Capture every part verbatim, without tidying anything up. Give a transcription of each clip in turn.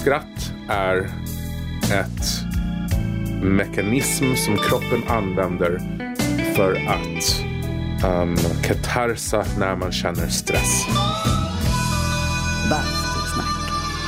Skratt är ett mekanism som kroppen använder för att um, katarsa när man känner stress. Bastusnack.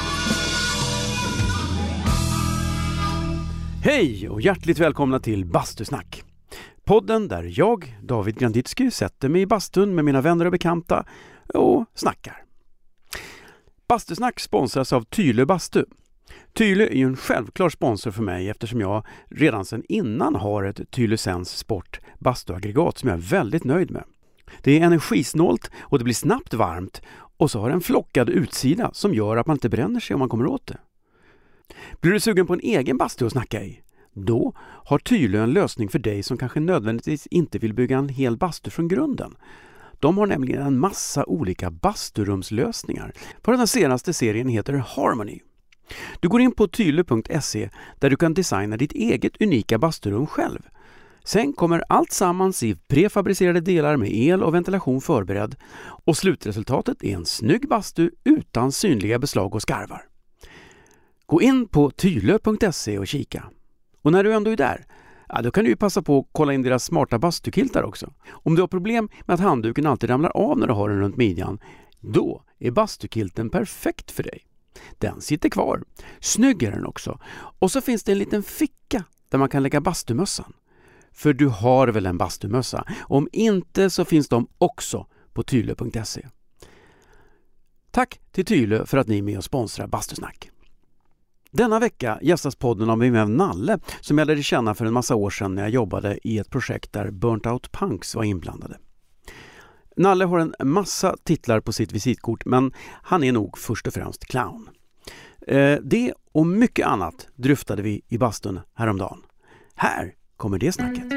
Hej och hjärtligt välkomna till Bastusnack. Podden där jag, David Granditsky, sätter mig i bastun med mina vänner och bekanta och snackar. Bastusnack sponsras av Tylö Bastu. Tylö är ju en självklar sponsor för mig eftersom jag redan sedan innan har ett Tylö Sense Sport bastuaggregat som jag är väldigt nöjd med. Det är energisnålt och det blir snabbt varmt och så har en flockad utsida som gör att man inte bränner sig om man kommer åt det. Blir du sugen på en egen bastu att snacka i? Då har Tylö en lösning för dig som kanske nödvändigtvis inte vill bygga en hel bastu från grunden. De har nämligen en massa olika basturumslösningar. På den senaste serien heter Harmony. Du går in på tylö punkt se där du kan designa ditt eget unika basturum själv. Sen kommer allt sammans i prefabricerade delar med el och ventilation förberedd och slutresultatet är en snygg bastu utan synliga beslag och skarvar. Gå in på tylö punkt se och kika. Och när du ändå är där, ja, då kan du ju passa på att kolla in deras smarta bastukiltar också. Om du har problem med att handduken alltid ramlar av när du har den runt midjan, då är bastukilten perfekt för dig. Den sitter kvar. Snygg är den också. Och så finns det en liten ficka där man kan lägga bastumössan. För du har väl en bastumössa? Om inte så finns de också på tylö punkt se. Tack till Tylö för att ni är med och sponsrar Bastusnack. Denna vecka gästas podden av min vän Nalle som jag lärde känna för en massa år sedan när jag jobbade i ett projekt där Burnt Out Punks var inblandade. Nalle har en massa titlar på sitt visitkort men han är nog först och främst clown. Eh, det och mycket annat dryftade vi i bastun häromdagen. Här kommer det snacket.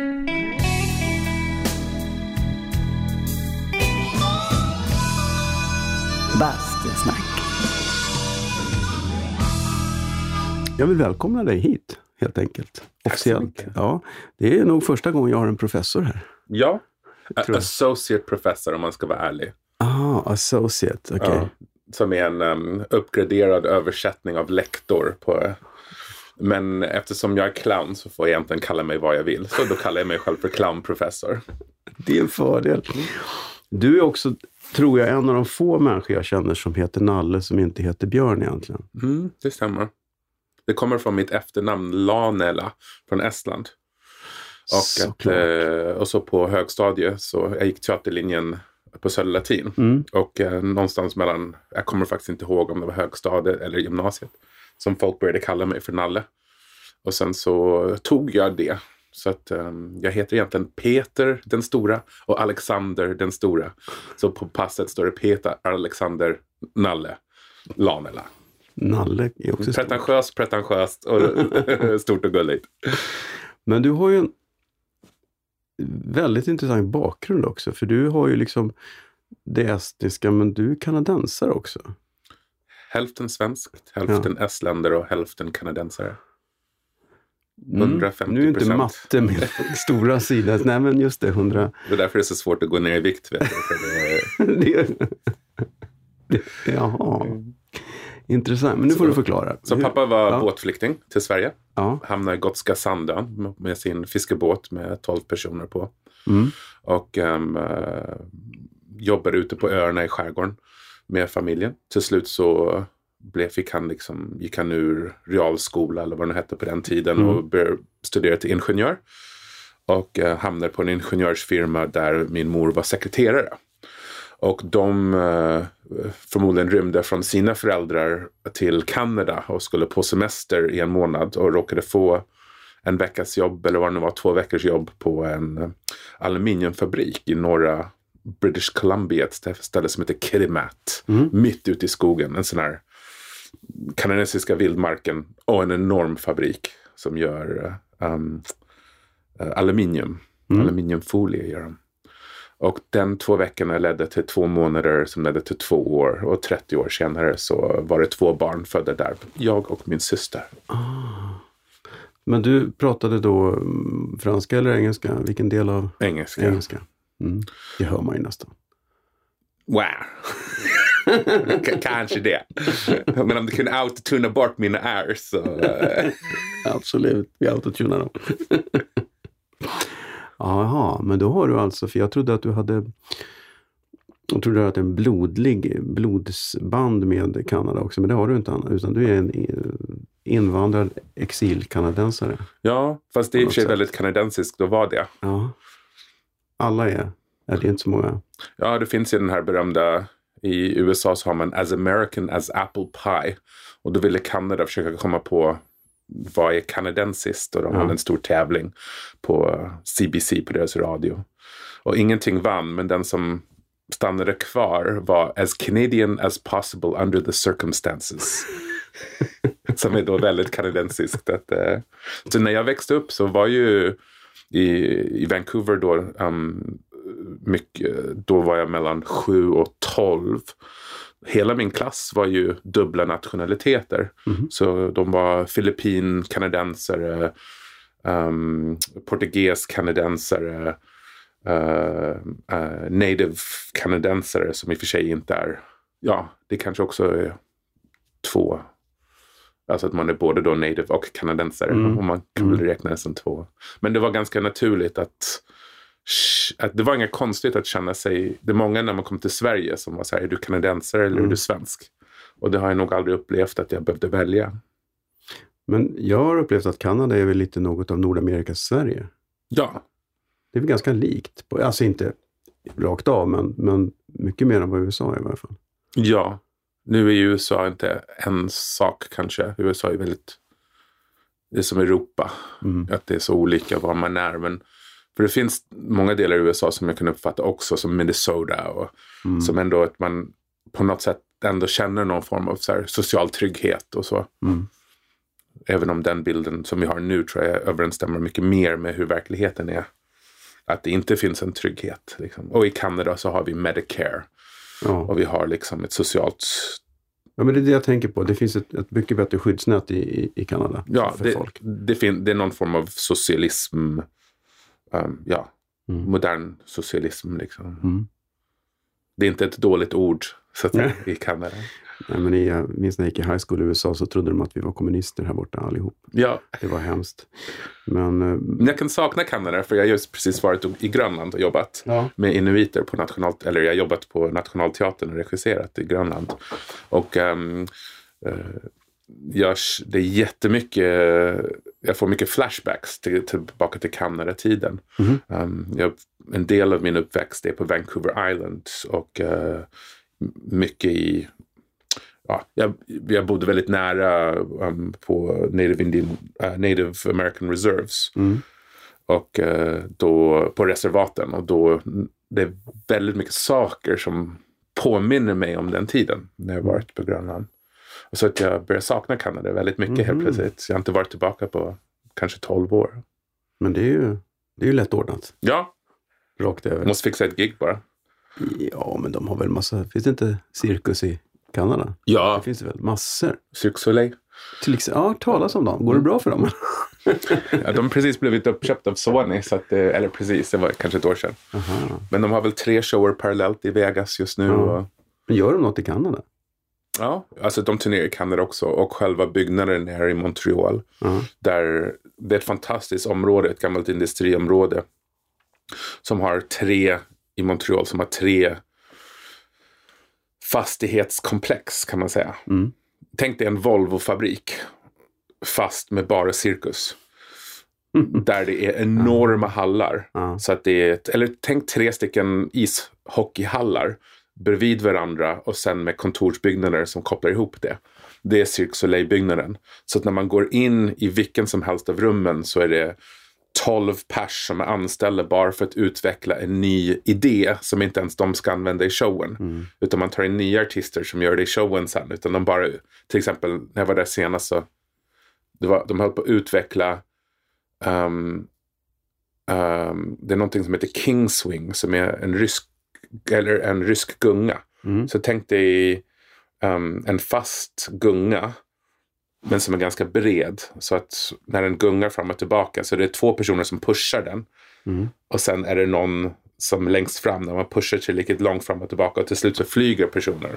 Bastusnack. Jag vill välkomna dig hit, helt enkelt. Officiellt. Ja, det är nog första gången jag har en professor här. Ja, associate professor om man ska vara ärlig. Ah, associate, okej. Okay. Ja, som är en um, uppgraderad översättning av lektor på... Men eftersom jag är clown så får jag egentligen kalla mig vad jag vill. Så då kallar jag mig själv för clownprofessor. Det är en fördel. Du är också, tror jag, en av de få människor jag känner som heter Nalle som inte heter Björn egentligen. Mm, det stämmer. Det kommer från mitt efternamn Lanela från Estland. Och, att, eh, och så på högstadiet så jag gick teaterlinjen på Södra Latin. Mm. Och eh, någonstans mellan, jag kommer faktiskt inte ihåg om det var högstadiet eller gymnasiet, som folk började kalla mig för Nalle. Och sen så tog jag det. Så att um, jag heter egentligen Peter den stora och Alexander den stora. Så på passet står det Peter Alexander Nalle Lanela. Nalle är också pretentiöst, pretentiöst och stort och gulligt. Men du har ju en väldigt intressant bakgrund också. För du har ju liksom det estniska, men du är kanadensare också. Hälften svenskt, hälften ja. estländer och hälften kanadensare. hundrafemtio procent. Mm, nu är inte matte med stora sidan. Nej, men just det, hundra. Det är därför det är så svårt att gå ner i vikt, vet du. För det... det, det, jaha. Mm. Intressant, men nu får så, du förklara. Så Hur? pappa var ja. båtflykting till Sverige. Ja. Hamnade i Gotska Sandön med sin fiskebåt med tolv personer på. Mm. Och um, jobbade ute på öarna i skärgården med familjen. Till slut så blev, fick han liksom, gick han ur realskola eller vad det hette på den tiden mm. och började studera till ingenjör. Och uh, hamnade på en ingenjörsfirma där min mor var sekreterare. Och de uh, förmodligen rymde från sina föräldrar till Kanada och skulle på semester i en månad och råkade få en veckas jobb eller vad det nu var, två veckors jobb på en uh, aluminiumfabrik i norra British Columbia, ett ställe som heter Kitimat, mm. mitt ute i skogen, en sån här kanadensiska vildmarken och en enorm fabrik som gör um, uh, aluminium, mm. aluminiumfolie gör de. Och den två veckorna ledde till två månader som ledde till två år. Och trettio år senare så var det två barn födda där. Jag och min syster. Ah. Men du pratade då franska eller engelska? Vilken del av? Engelska. Engelska. Mm. Det hör man ju nästan. Wow. K- kanske det. Men om du kunde autotuna bort mina R så... Absolut, vi autotunar dem. Jaha, men då har du alltså, för jag trodde att du hade... Jag trodde att en blodlig blodsband med Kanada också, men det har du inte, utan du är en invandrad exilkanadensare. Ja, fast det är i och för sig väldigt kanadensiskt, då var det. Ja, alla är, är det inte så många. Ja, det finns ju den här berömda, i U S A så har man as American as apple pie, och då ville Kanada försöka komma på vad är kanadensiskt, och de ja. hade en stor tävling på C B C på deras radio. Och ingenting vann, men den som stannade kvar var as Canadian as possible under the circumstances. Som är då väldigt kanadensiskt. Att, uh, så när jag växte upp så var ju i, i Vancouver då, um, mycket, då var jag mellan sju och tolv. Hela min klass var ju dubbla nationaliteter. Mm-hmm. Så de var filippin, kanadensare, um, portugis, kanadensare, Uh, uh, native kanadensare som i och för sig inte är, ja, det kanske också är två, alltså att man är både då native och kanadensare, mm. och man kan väl räkna det som två. Men det var ganska naturligt att, att det var inget konstigt att känna sig, det är många när man kom till Sverige som var så här, är du kanadensare eller mm. är du svensk? Och det har jag nog aldrig upplevt att jag behövde välja. Men jag har upplevt att Kanada är väl lite något av Nordamerikas Sverige. Ja. Det är väl ganska likt. Alltså inte rakt av, men, men mycket mer än vad U S A är i varje fall. Ja, nu är ju U S A inte en sak kanske. U S A är väldigt, det är som Europa. Mm. Att det är så olika var man är. Men, för det finns många delar i U S A som jag kan uppfatta också, som Minnesota. Och mm. som ändå att man på något sätt ändå känner någon form av så här social trygghet och så. Mm. Även om den bilden som vi har nu tror jag överensstämmer mycket mer med hur verkligheten är. Att det inte finns en trygghet. Liksom. Och i Kanada så har vi Medicare. Ja. Och vi har liksom ett socialt... Ja, men det är det jag tänker på. Det finns ett, ett mycket bättre skyddsnät i, i, i Kanada. Ja, för det, folk. Det, fin- det är någon form av socialism. Um, ja, mm. modern socialism liksom. Mm. Det är inte ett dåligt ord så att säga, i Kanada. Nej, men jag minns när jag gick i high school i U S A så trodde de att vi var kommunister här borta allihop. Ja. Det var hemskt. Men, men jag kan sakna Kanada för jag har just precis varit i Grönland och jobbat ja. med inuiter på national, eller jag har jobbat på Nationalteatern och regisserat i Grönland. Och um, uh, jag, det är jättemycket, jag får mycket flashbacks till, tillbaka till Kanada-tiden. Mm. Um, jag, en del av min uppväxt är på Vancouver Island och uh, mycket i Ja, jag, jag bodde väldigt nära um, på Native Indian, uh, Native American Reserves. Mm. Och uh, då på reservaten. Och då det är väldigt mycket saker som påminner mig om den tiden när jag varit på Grönland. Och så att jag börjar sakna Kanada väldigt mycket mm. helt plötsligt. Så jag har inte varit tillbaka på kanske tolv år. Men det är ju, det är ju lätt ordnat. Ja. Rakt över. Måste fixa ett gig bara. Ja, men de har väl massa, finns det inte cirkus i Kanada? Ja. Det finns det väl massor. Cirque du Soleil. Till exempel, ja, talas om dem. Går det bra för dem? Ja, de har precis blivit uppköpta av Sony. Så att, eller precis, det var kanske ett år sedan. Aha. Men de har väl tre shower parallellt i Vegas just nu. Ja. Och... Men gör de något i Kanada? Ja, alltså de turnerar i Kanada också. Och själva byggnaden är i Montreal. Uh-huh. Där det är ett fantastiskt område, ett gammalt industriområde. Som har tre, i Montreal, som har tre fastighetskomplex kan man säga. Mm. Tänk dig en Volvo-fabrik fast med bara cirkus. Mm. Där det är enorma mm. hallar. Mm. Så att det är ett, eller tänk tre stycken ishockeyhallar bredvid varandra och sen med kontorsbyggnader som kopplar ihop det. Det är Cirque du Soleil-byggnaden. Så att när man går in i vilken som helst av rummen så är det tolv pers som är anställda bara för att utveckla en ny idé som inte ens de ska använda i showen. Mm. Utan man tar in nya artister som gör det i showen sen. Utan de bara, till exempel när jag var där senast så det var, de höll på att utveckla um, um, det är någonting som heter King Swing som är en rysk eller en rysk gunga. Mm. Så tänk dig um, en fast gunga men som är ganska bred. Så att när den gungar fram och tillbaka så är det två personer som pushar den. Mm. Och sen är det någon som längst fram när man pushar tillräckligt långt fram och tillbaka. Och till slut så flyger personer.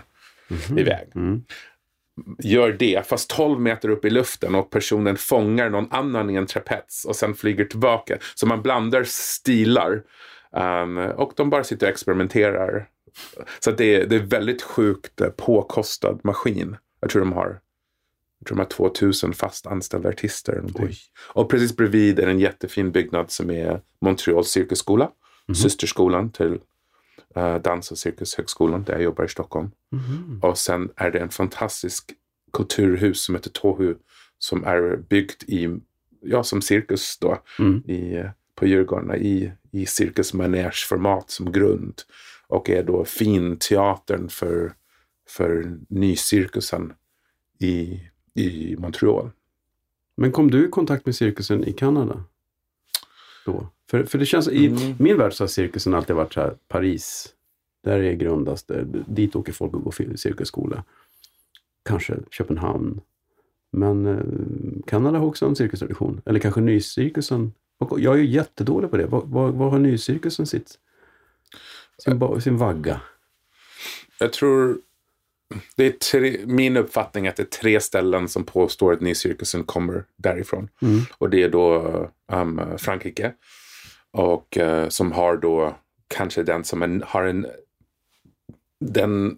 mm-hmm. iväg. Mm. Gör det, fast tolv meter upp i luften och personen fångar någon annan i en trapets och sen flyger tillbaka. Så man blandar stilar um, och de bara sitter och experimenterar. Så det är, det är väldigt sjukt påkostad maskin. Jag tror de har jag tror de har tvåtusen fast anställda artister. Eller någonting. Och precis bredvid är en jättefin byggnad som är Montreal cirkusskola. Mm-hmm. Systerskolan till uh, dans- och cirkushögskolan där jag jobbar i Stockholm. Mm-hmm. Och sen är det en fantastisk kulturhus som heter Tohu som är byggt i, ja, som cirkus då, mm. i, på Djurgården i, i cirkusmanärsformat som grund. Och är då fin teatern för, för nycirkusen i, i Montreal. Men kom du i kontakt med cirkusen i Kanada? Då? För, för det känns, i mm. min värld så har cirkusen alltid varit så här, Paris. Där är grundast, där, dit åker folk och går cirkusskola. Kanske Köpenhamn. Men eh, Kanada har också en cirkustradition. Eller kanske nycirkusen. Jag är ju jättedålig på det. Var, var, var har nycirkusen sitt? Sin, sin vagga? Jag tror det är tre, min uppfattning att det är tre ställen som påstår att nycirkusen kommer därifrån. Mm. Och det är då um, Frankrike. Och uh, som har då kanske den som en, har en den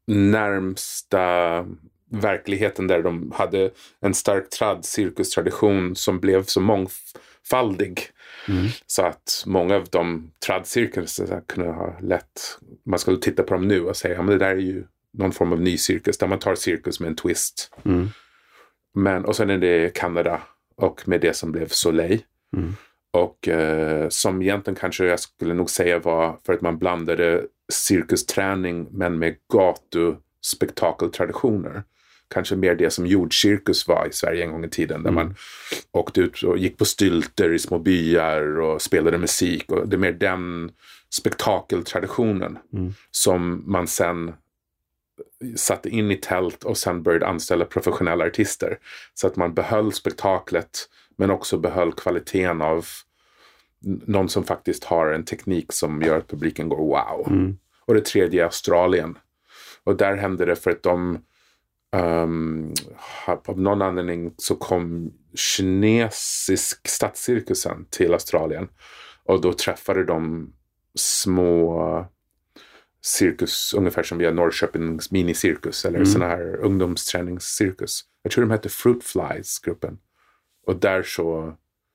närmsta verkligheten där de hade en stark trad cirkustradition som blev så mångfaldig. Mm. Så att många av de tradcirkuserna kunde ha lätt, man skulle titta på dem nu och säga, ja men det där är ju någon form av ny cirkus där man tar cirkus med en twist. Mm. Men, och sen är det Kanada och med det som blev Soleil. Mm. Och eh, som egentligen kanske jag skulle nog säga var för att man blandade cirkusträning men med gatuspektakeltraditioner. Kanske mer det som jordcirkus var i Sverige en gång i tiden. Där mm. man åkte ut och gick på stylter i små byar och spelade musik. Och det är mer den spektakeltraditionen mm. som man sen satte in i tält och sen började anställa professionella artister. Så att man behöll spektaklet men också behöll kvaliteten av någon som faktiskt har en teknik som gör att publiken går wow. Mm. Och det tredje är Australien. Och där hände det för att de um, av någon anledning så kom kinesisk stadscirkusen till Australien. Och då träffade de små cirkus, ungefär som vi har Norrköpings minicirkus eller mm. såna här ungdomsträningscirkus. Jag tror de hette Fruit Flies gruppen. Och där så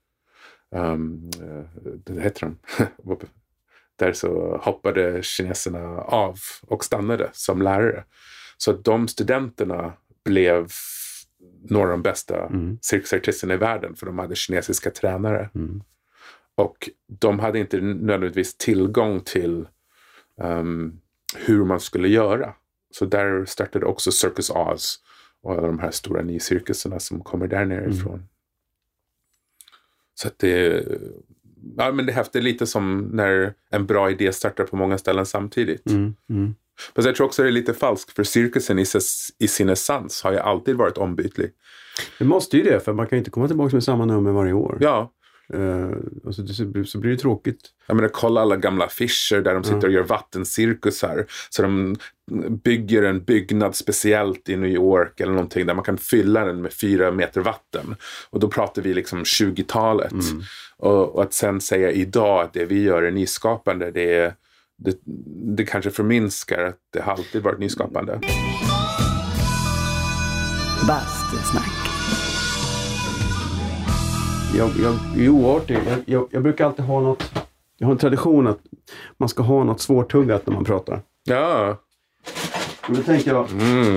um, det heter de där så hoppade kineserna av och stannade som lärare. Så att de studenterna blev några av de bästa mm. cirkusartisterna i världen för de hade kinesiska tränare. Mm. Och de hade inte nödvändigtvis tillgång till um, hur man skulle göra. Så där startade också Circus Oz och alla de här stora nycirkuserna som kommer där nerifrån. Mm. Så att det, ja, men det häftar lite som när en bra idé startar på många ställen samtidigt. Mm. Mm. Men jag tror också det är lite falskt för cirkusen i, i sin essens har ju alltid varit ombytlig. Det måste ju det, för man kan ju inte komma tillbaka med samma nummer varje år. Ja. Uh, och så, så, så blir det tråkigt. Jag menar, kolla alla gamla affischer där de sitter ja. och gör vattencirkusar. Så de bygger en byggnad speciellt i New York eller någonting där man kan fylla den med fyra meter vatten. Och då pratar vi liksom tjugotalet. Mm. Och, och att sen säga idag att det vi gör är nyskapande, det, är, det, det kanske förminskar att det har alltid varit nyskapande. Bastusnack. Jag, jag är oartig. Jag, jag, jag brukar alltid ha något... Jag har en tradition att man ska ha något svårtuggat när man pratar. Ja. Och då tänker jag... Mm.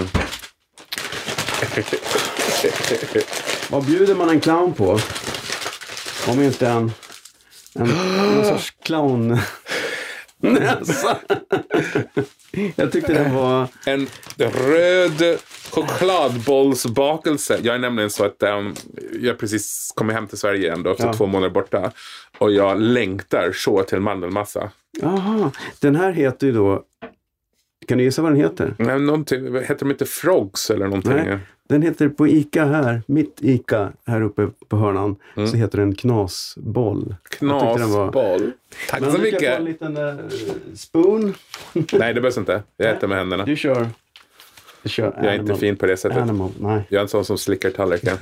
Vad bjuder man en clown på? Om inte en... En, en sorts clown... Näsa. Jag tyckte det var... En röd chokladbollsbakelse. Jag är nämligen så att um, jag precis kommer hem till Sverige ändå efter ja. två månader borta. Och jag längtar så till mandelmassa. Jaha, den här heter ju då... Kan du gissa vad den heter? Nej, någonting, heter de inte Frogs eller någonting? Nej, den heter på Ica här, mitt Ica här uppe på hörnan, mm. så heter den knasboll. Knasboll. Var... Tack Men så mycket. Men du kan få en liten uh, spoon. Nej, det behövs inte. Jag äter med händerna. Du kör. inte köra Jag är animal. Inte fin på det sättet. Animal, nej. Jag är en sån som slickar tallriken.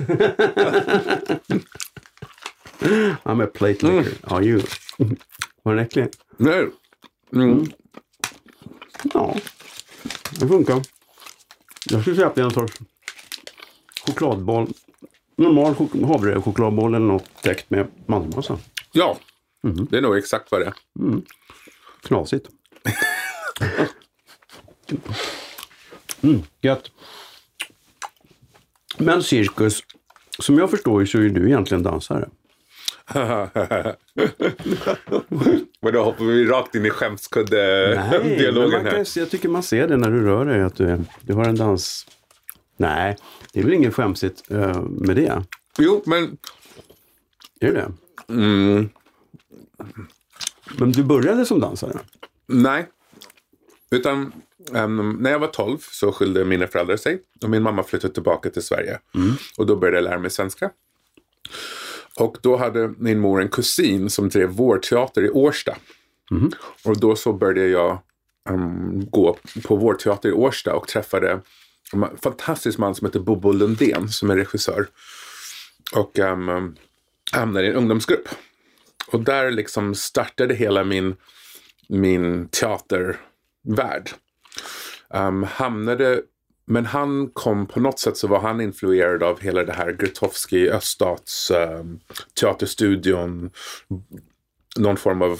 I'm a plate licker. Mm. Are you? Var den äcklig? Nej. Mm. Mm. Ja, det funkar. Jag skulle säga att det är en sorts chokladboll. Normal chok- havre chokladboll eller något täckt med mandelmassa. Ja, mm. det är nog exakt vad det är. Mm. Knasigt. Mm, gött. Men cirkus, som jag förstår så är du egentligen dansare. Men då hoppar vi rakt in i skämskudde-dialogen här. Kan, jag tycker man ser det när du rör dig, att du, du har en dans. Nej, det är väl inget skämsigt uh, med det. Jo, men... Är det? Mm. Men du började som dansare? Nej. Utan um, när jag var tolv så skilde mina föräldrar sig. Och min mamma flyttade tillbaka till Sverige. Mm. Och då började jag lära mig svenska. Och då hade min mor en kusin som drev vårteater i Årsta. Mm. Och då så började jag um, gå på vårteater i Årsta och träffade en fantastisk man som heter Bobo Lundén som är regissör. Och um, hamnade i en ungdomsgrupp. Och där liksom startade hela min, min teatervärld. Um, hamnade... Men han kom på något sätt så var han influerad av hela det här Grotowski, öststats, um, teaterstudion, någon form av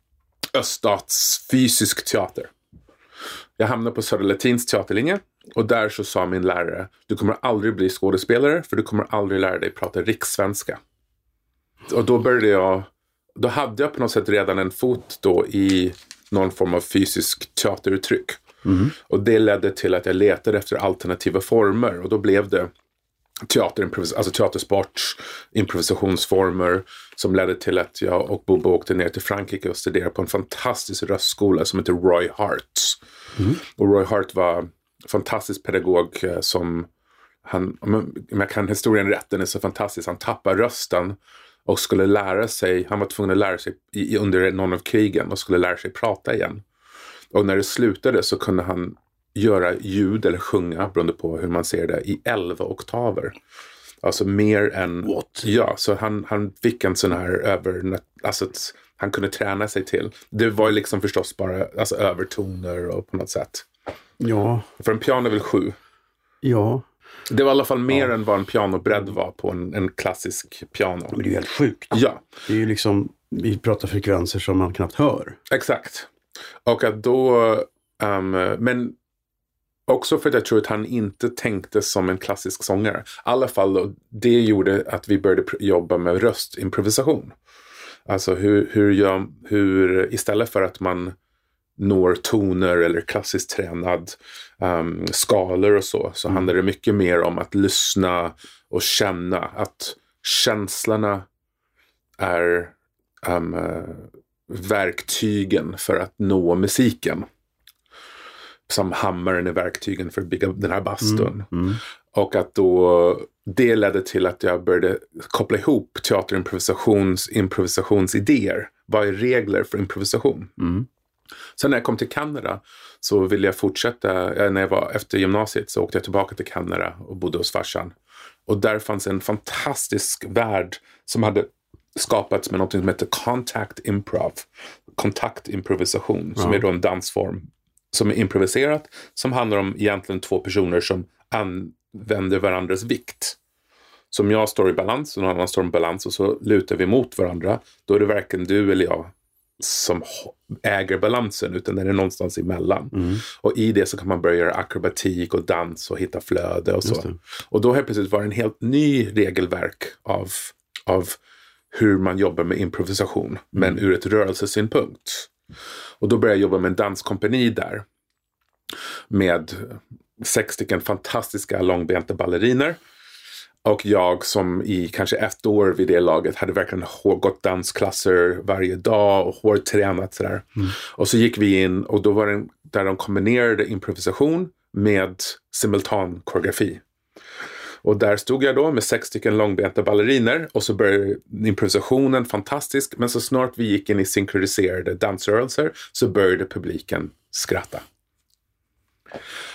öststats fysisk teater. Jag hamnade på Södra Latins teaterlinje och där så sa min lärare, du kommer aldrig bli skådespelare för du kommer aldrig lära dig prata rikssvenska. Och då började jag, då hade jag på något sätt redan en fot då i någon form av fysisk teateruttryck. Mm. Och det ledde till att jag letade efter alternativa former och då blev det teater, alltså teatersport, improvisationsformer som ledde till att jag och Bobo åkte ner till Frankrike och studerade på en fantastisk röstskola som heter Roy Hart. Mm. Och Roy Hart var en fantastisk pedagog som han, om jag kan historien rätt, den är så fantastisk, han tappade rösten och skulle lära sig, han var tvungen att lära sig i, under någon av krigen och skulle lära sig prata igen. Och när det slutade så kunde han göra ljud eller sjunga, beroende på hur man ser det, i elva oktaver. Alltså mer än... What? Ja, så han, han fick en sån här över... Alltså att han kunde träna sig till. Det var ju liksom förstås bara alltså, övertoner och på något sätt. Ja. För en piano är väl sju? Ja. Det var i alla fall mer ja. än vad en pianobredd var på en, en klassisk piano. Men det är ju helt sjukt. Ja. Det är ju liksom... Vi pratar frekvenser som man knappt hör. Exakt. Och att då... Um, men också för att jag tror att han inte tänkte som en klassisk sångare. I alla fall då, det gjorde att vi började jobba med röstimprovisation. Alltså hur, hur, jag, hur istället för att man når toner eller klassiskt tränad um, skalor och så, så mm. handlar det mycket mer om att lyssna och känna. Att känslorna är um, verktygen för att nå musiken. Som hammaren är verktygen för att bygga den här bastun. Mm, mm. Och att då det ledde till att jag började koppla ihop teaterimprovisations improvisationsidéer. Vad är regler för improvisation? Mm. Sen när jag kom till Kanada så ville jag fortsätta. När jag var efter gymnasiet så åkte jag tillbaka till Kanada och bodde hos farsan. Och där fanns en fantastisk värld som hade skapats med något som heter contact improv. Kontaktimprovisation, ja. Som är då en dansform som är improviserat, som handlar om egentligen två personer som använder varandras vikt. Som jag står i balans och någon annan står i balans och så lutar vi mot varandra. Då är det varken du eller jag som äger balansen, utan den är någonstans emellan. Mm. Och i det så kan man börja göra akrobatik och dans och hitta flöde och så. Och då har plötsligt varit en helt ny regelverk av, av hur man jobbar med improvisation, mm. men ur ett rörelsesynpunkt. Och då började jag jobba med en danskompani där. Med sex stycken fantastiska långbenta balleriner. Och jag som i kanske ett år vid det laget hade verkligen gått dansklasser varje dag och hårt tränat sådär. Mm. Och så gick vi in och då var det där de kombinerade improvisation med simultan koreografi. Och där stod jag då med sex stycken långbenta balleriner och så började improvisationen fantastisk. Men så snart vi gick in i synkroniserade dansrörelser så började publiken skratta.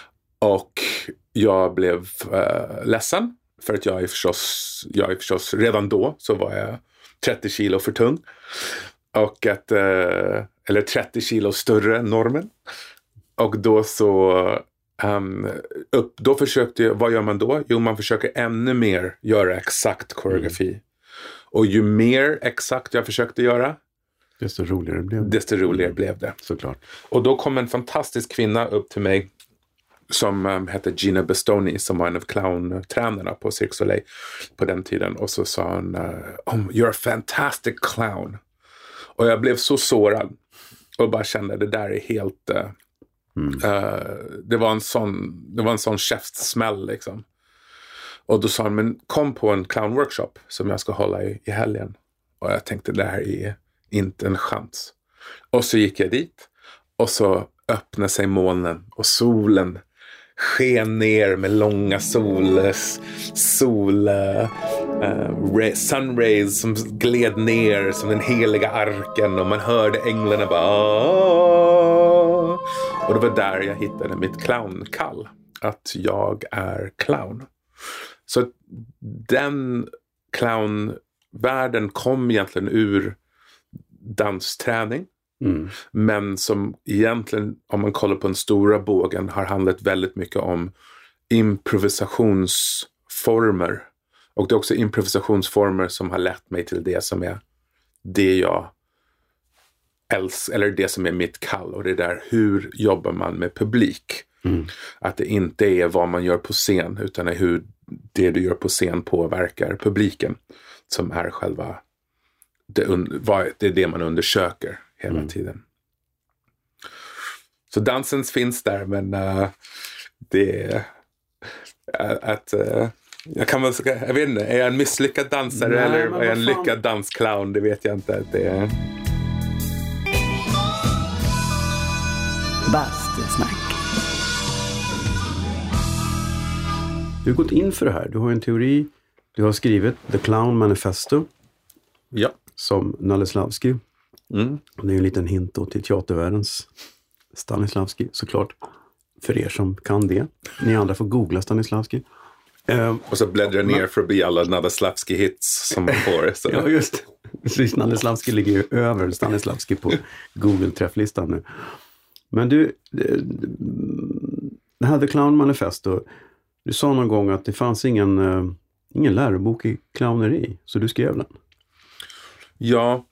Och jag blev uh, ledsen. För att jag är förstås, jag är förstås, redan då så var jag trettio kilo för tung. Och att, uh, eller trettio kilo större än normen. Och då så, um, upp, då försökte jag, vad gör man då? Jo, man försöker ännu mer göra exakt koreografi. Mm. Och ju mer exakt jag försökte göra, desto roligare blev det. Desto roligare mm. blev det. Såklart. Och då kom en fantastisk kvinna upp till mig som um, hette Gina Bestoni, som var en av clowntränarna på Cirque du Soleil på den tiden. Och så sa hon, uh, oh, you're a fantastic clown. Och jag blev så sårad. Och bara kände, det där är helt... Uh, mm. uh, det var en sån, det var en sån käftsmäll liksom. Och då sa hon, men kom på en clownworkshop som jag ska hålla i, i helgen. Och jag tänkte, det här är inte en chans. Och så gick jag dit. Och så öppnade sig molnen. Och solen sken ner med långa soles, sol, uh, ray, sunrays som gled ner som den heliga arken. Och man hörde änglarna bara... Aah! Och det var där jag hittade mitt clownkall. Att jag är clown. Så den clownvärlden kom egentligen ur dansträning. Mm. Men som egentligen, om man kollar på den stora bågen, har handlat väldigt mycket om improvisationsformer. Och det är också improvisationsformer som har lett mig till det som är det jag älskar, eller det som är mitt kall. Och det är där, hur jobbar man med publik? Mm. Att det inte är vad man gör på scen, utan är hur det du gör på scen påverkar publiken, som är själva det, det är det man undersöker hela mm. tiden. Så dansen finns där, men uh, det är uh, att uh, jag kan väl, jag vet inte, är jag en misslyckad dansare? Nej, eller är jag en lyckad dansclown? Det vet jag inte. Det är... Bastusnack. Du har gått in för det här. Du har en teori. Du har skrivit The Clown Manifesto. Ja. Som Stanislavski. Mm. Det är en liten hint då till teatervärldens Stanislavski, såklart. För er som kan det. Ni andra får googla Stanislavski. Um, och så bläddra ner förbi alla Stanislavski hits som man får. Så. Ja, just det. Stanislavski ligger ju över Stanislavski på Google-träfflistan nu. Men du, det här The Clown Manifesto, du sa någon gång att det fanns ingen, uh, ingen lärobok i clowneri, så du skrev den. Ja,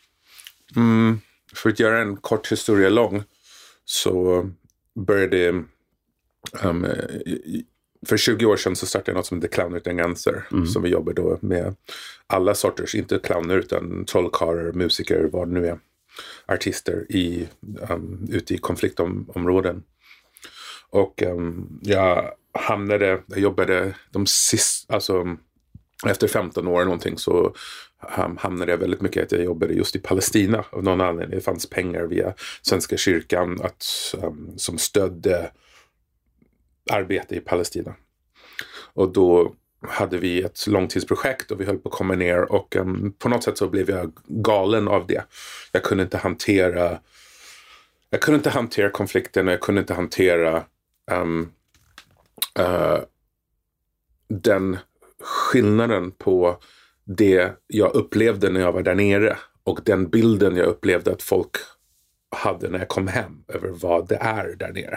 mm, för att göra en kort historia lång så började um, för tjugo år sedan så startade jag något som heter Clowner utan gränser, mm. som vi jobbar då med alla sorters, inte clowner utan trollkarlar, musiker, vad det nu är, artister i, um, ute i konfliktområden. Och um, jag hamnade, jag jobbade de sista, alltså efter femton år någonting så um, hamnade jag väldigt mycket att jag jobbade just i Palestina av någon anledning. Det fanns pengar via Svenska kyrkan att, um, som stödde arbete i Palestina. Och då hade vi ett långtidsprojekt och vi höll på att komma ner och um, på något sätt så blev jag galen av det. Jag kunde inte hantera jag kunde inte hantera konflikten och jag kunde inte hantera um, uh, den skillnaden på det jag upplevde när jag var där nere och den bilden jag upplevde att folk hade när jag kom hem över vad det är där nere.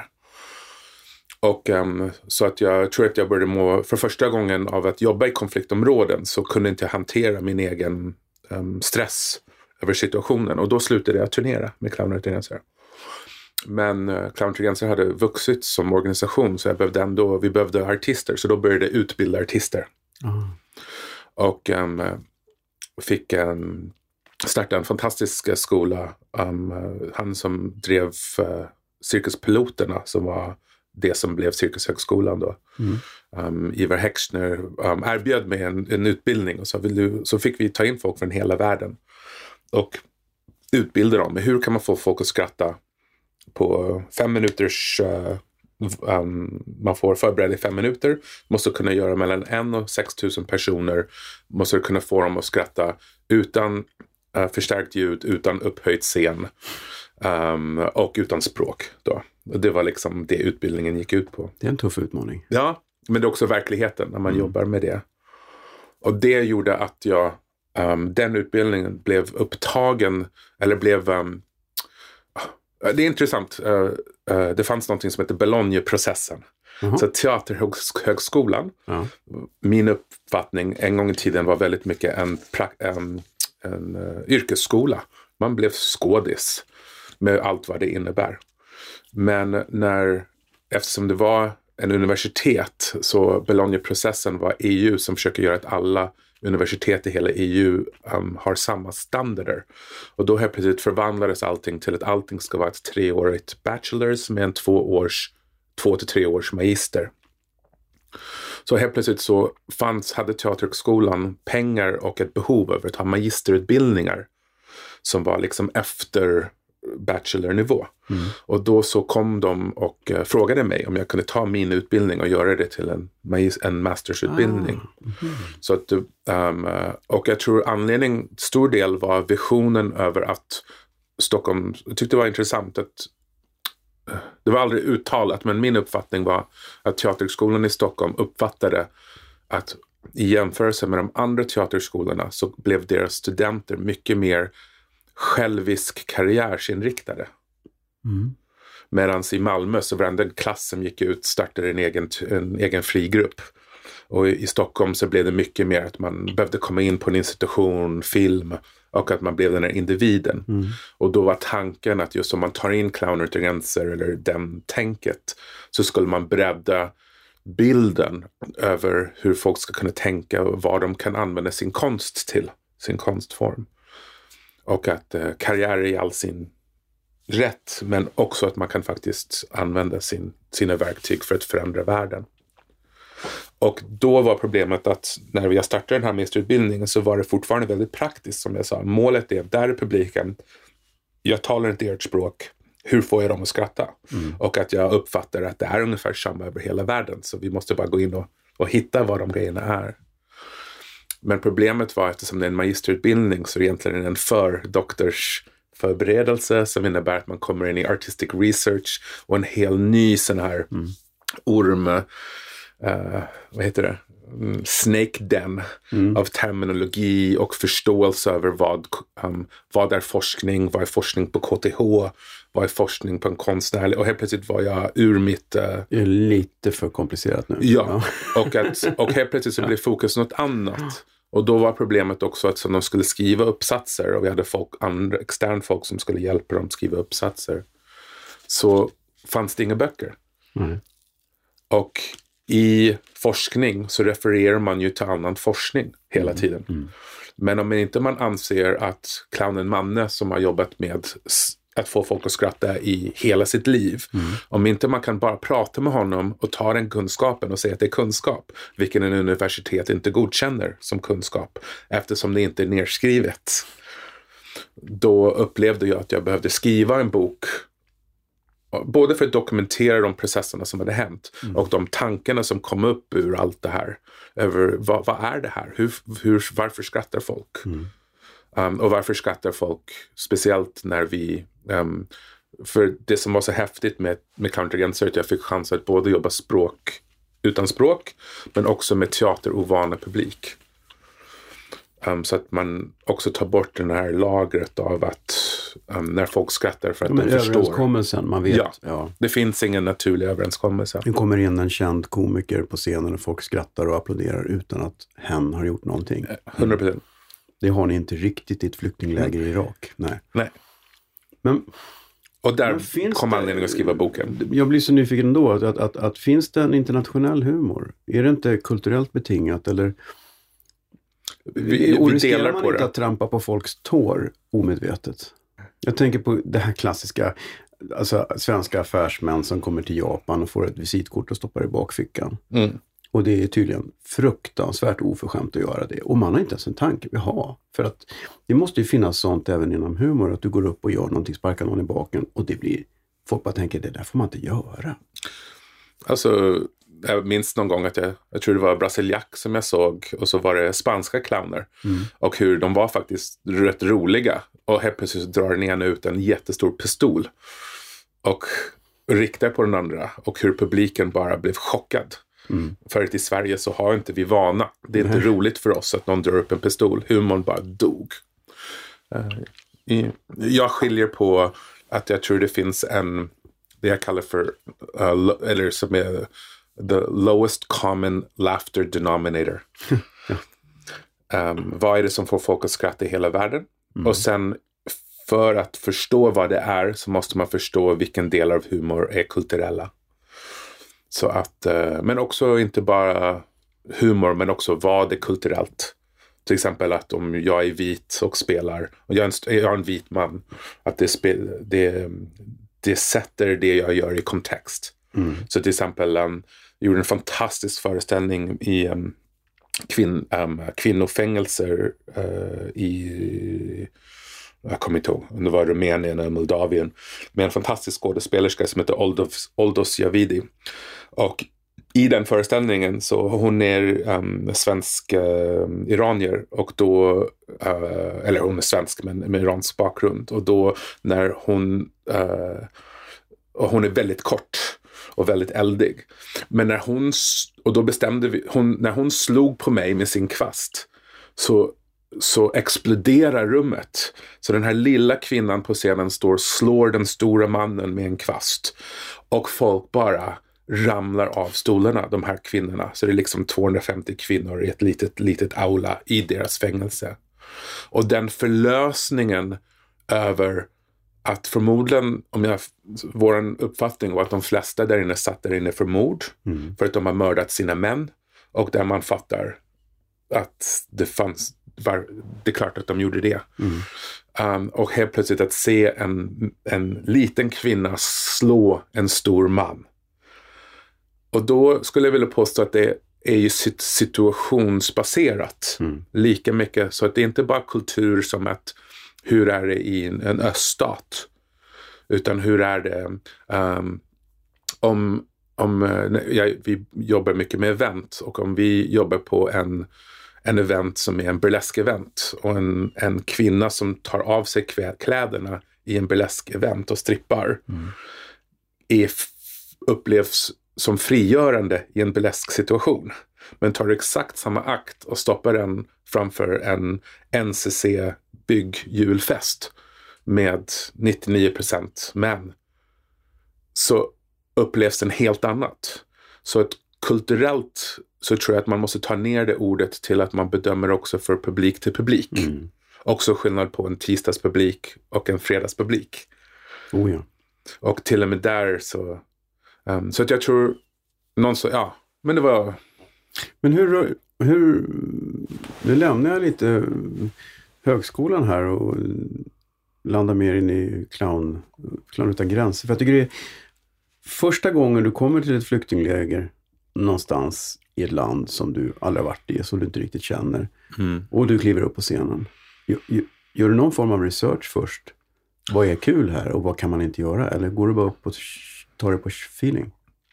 Och um, så att jag tror att jag började må för första gången av att jobba i konfliktområden så kunde inte jag hantera min egen um, stress över situationen och då slutade jag turnera med Clowner utan gränser. Men uh, Clowner utan gränser hade vuxit som organisation så jag behövde ändå, vi behövde artister så då började jag utbilda artister. Mm. Och um, fick um, starta en fantastisk skola. Um, han som drev uh, Cirkuspiloterna som var det som blev Cirkushögskolan då. Mm. Um, Ivar Häxner um, erbjöd mig en, en utbildning och så, vill du, så fick vi ta in folk från hela världen och utbilda dem. Men hur kan man få folk att skratta på fem minuters uh, um, man får förbereda i fem minuter, måste kunna göra mellan en och sex tusen personer, måste kunna få dem att skratta utan uh, förstärkt ljud, utan upphöjt scen um, och utan språk då. Och det var liksom det utbildningen gick ut på. Det är en tuff utmaning. Ja, men det är också verkligheten när man mm. jobbar med det. Och det gjorde att jag, um, den utbildningen blev upptagen, eller blev, um, det är intressant, uh, uh, det fanns någonting som heter Bologna-processen. Uh-huh. Så teaterhögskolan, uh-huh. min uppfattning en gång i tiden var väldigt mycket en, pra- en, en uh, yrkesskola. Man blev skådis med allt vad det innebär. Men när, eftersom det var en universitet, så Bologna-processen var E U som försöker göra att alla universitet i hela E U um, har samma standarder. Och då helt plötsligt förvandlades allting till att allting ska vara ett treårigt bachelors med en två års, två till tre års magister. Så helt plötsligt så fanns, hade Teaterhögskolan pengar och ett behov över att ha magisterutbildningar som var liksom efter bachelornivå. Mm. Och då så kom de och uh, frågade mig om jag kunde ta min utbildning och göra det till en, en mastersutbildning. Ah. Mm. Så att, um, och jag tror anledning, stor del var visionen över att Stockholm, jag tyckte det var intressant att uh, det var aldrig uttalat, men min uppfattning var att Teaterhögskolan i Stockholm uppfattade att i jämförelse med de andra teaterskolorna så blev deras studenter mycket mer självisk karriärsinriktade. Mm. Medan i Malmö så varenda klass som gick ut startade en egen, en egen frigrupp. Och i Stockholm så blev det mycket mer att man behövde komma in på en institution, film, och att man blev den här individen. Mm. Och då var tanken att just om man tar in Clowner utan gränser eller den tänket, så skulle man bredda bilden över hur folk ska kunna tänka och vad de kan använda sin konst till, sin konstform. Och att eh, karriär är i all sin rätt, men också att man kan faktiskt använda sin, sina verktyg för att förändra världen. Och då var problemet att när vi startade den här mästerutbildningen så var det fortfarande väldigt praktiskt, som jag sa. Målet är, där är publiken, jag talar inte ert språk, hur får jag dem att skratta? Mm. Och att jag uppfattar att det är ungefär samma över hela världen, så vi måste bara gå in och, och hitta vad de grejerna är. Men problemet var, eftersom det är en magisterutbildning så är det egentligen en fördoktorsförberedelse som innebär att man kommer in i artistic research och en hel ny sån här mm. orm, uh, vad heter det? Mm, snake den mm. av terminologi och förståelse över vad, um, vad är forskning, vad är forskning på K T H, vad är forskning på en konstnär, och helt plötsligt var jag ur mitt... Uh, det är lite för komplicerat nu. Ja, ja. Och, att, och helt plötsligt så blev fokus något annat. Och då var problemet också att de skulle skriva uppsatser, och vi hade folk, andra, extern folk som skulle hjälpa dem att skriva uppsatser. Så fanns det inga böcker. Mm. Och i forskning så refererar man ju till annan forskning hela mm. tiden. Mm. Men om inte man anser att clownen Manne, som har jobbat med att få folk att skratta i hela sitt liv, mm. om inte man kan bara prata med honom och ta den kunskapen och säga att det är kunskap, vilken en universitet inte godkänner som kunskap eftersom det inte är nedskrivet, då upplevde jag att jag behövde skriva en bok både för att dokumentera de processerna som hade hänt mm. och de tankarna som kom upp ur allt det här över vad, vad är det här, hur, hur, varför skrattar folk mm. um, och varför skrattar folk speciellt när vi um, för det som var så häftigt med, med Countergränser är att jag fick chans att både jobba språk utan språk men också med teaterovana publik. Um, så att man också tar bort den här lagret av att um, när folk skrattar för att ja, de förstår. Överenskommelsen, man vet. Ja, ja, det finns ingen naturlig överenskommelse. Det kommer in en känd komiker på scenen och folk skrattar och applåderar utan att hen har gjort någonting. hundra procent. Det har ni inte riktigt i ett flyktingläger i Irak. Nej. Nej. Men... Och där kom anledningen att skriva boken. Jag blir så nyfiken ändå. Att, att, att, att finns det en internationell humor? Är det inte kulturellt betingat eller... Vi, och vi delar man på inte det. Att trampa på folks tår omedvetet. Jag tänker på det här klassiska, alltså svenska affärsmän som kommer till Japan och får ett visitkort och stoppar i bakfickan. Mm. Och det är tydligen fruktansvärt oförskämt att göra det. Och man har inte ens en tanke vi har. För att det måste ju finnas sånt även inom humor, att du går upp och gör någonting, sparkar någon i baken och det blir, folk bara tänker, det där får man inte göra. Alltså... Jag minns någon gång att jag, jag tror det var Brasiliak som jag såg, och så var det spanska clowner mm. och hur de var faktiskt rätt roliga, och helt plötsligt drar den ena ut en jättestor pistol och riktar på den andra och hur publiken bara blev chockad. Mm. Förut i Sverige så har inte vi vana. Det är inte Nej. roligt för oss att någon drar upp en pistol. Humorn bara dog. Uh, i, jag skiljer på att jag tror det finns en, det jag kallar för, uh, lo, eller som är the lowest common laughter denominator. ja. um, vad är det som får folk att skratta i hela världen? Mm. Och sen för att förstå vad det är så måste man förstå vilken del av humor är kulturella. Så att, uh, men också inte bara humor men också vad är kulturellt. Till exempel att om jag är vit och spelar och jag är en, jag är en vit man, att det, spel, det, det sätter det jag gör i kontext. Mm. Så till exempel um, jag gjorde en fantastisk föreställning i um, kvin, um, kvinnofängelser uh, i, jag kommer inte ihåg, det var Rumänien eller Moldavien, med en fantastisk skådespelerska som heter Oldos, Oldos Javidi. Och i den föreställningen så hon är um, svensk uh, iranier och då, uh, eller hon är svensk men med iransk bakgrund, och då när hon uh, och hon är väldigt kort och väldigt eldig, men när hon, och då bestämde vi, hon, när hon slog på mig med sin kvast så så exploderar rummet. Så den här lilla kvinnan på scenen står och slår den stora mannen med en kvast och folk bara ramlar av stolarna, de här kvinnorna. Så det är liksom tvåhundrafemtio kvinnor i ett litet, litet aula i deras fängelse. Och den förlösningen över att förmodligen, om jag, vår uppfattning var att de flesta där inne satt där inne för mord. Mm. För att de har mördat sina män. Och där man fattar att det fanns, var, det är klart att de gjorde det. Mm. Um, och helt plötsligt att se en, en liten kvinna slå en stor man. Och då skulle jag vilja påstå att det är ju situationsbaserat. Mm. Lika mycket. Så att det är inte bara kultur som att hur är det i en, en öststat. Utan hur är det um, om, om ja, vi jobbar mycket med event. Och om vi jobbar på en, en event som är en burlesk-event. Och en, en kvinna som tar av sig kläderna i en burlesk-event och strippar. Mm. Är, upplevs som frigörande i en burlesk situation. Men tar exakt samma akt och stoppar den framför en N C C-byggjulfest med nittionio procent män. Så upplevs den helt annat. Så ett kulturellt så tror jag att man måste ta ner det ordet till att man bedömer också för publik till publik. Mm. Också skillnad på en tisdagspublik och en fredagspublik. Oh ja. Och till och med där så Um, så att jag tror någon så, ja, men det var... Men hur, hur nu lämnar jag lite högskolan här och landar mer in i clown, clown utan gränser. För jag tycker det är första gången du kommer till ett flyktingläger någonstans i ett land som du aldrig har varit i, som du inte riktigt känner. Mm. Och du kliver upp på scenen. Gör, gör du någon form av research först? Vad är kul här och vad kan man inte göra? Eller går du bara upp och tar det på feeling?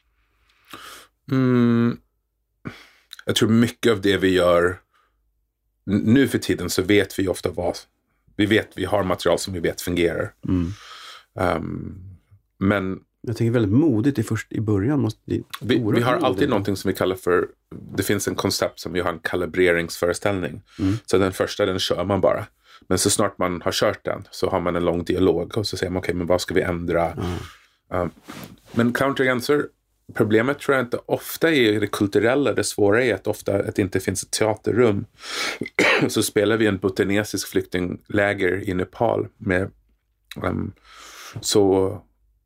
Mm, jag tror mycket av det vi gör nu för tiden så vet vi ofta vad vi vet, vi har material som vi vet fungerar. Mm. Um, men jag tänker väldigt modigt i, först, i början. Måste vi, vi har alltid modigt. Någonting som vi kallar för, det finns en koncept som vi har en kalibreringsföreställning. Mm. Så den första, den kör man bara. Men så snart man har kört den så har man en lång dialog och så säger man okej, okay, men vad ska vi ändra? Mm. Um, men countergränser, problemet tror jag inte ofta är det kulturella. Det svåra är att ofta att det inte finns ett teaterrum. Så spelar vi en bhutanesisk flyktingläger i Nepal med um, så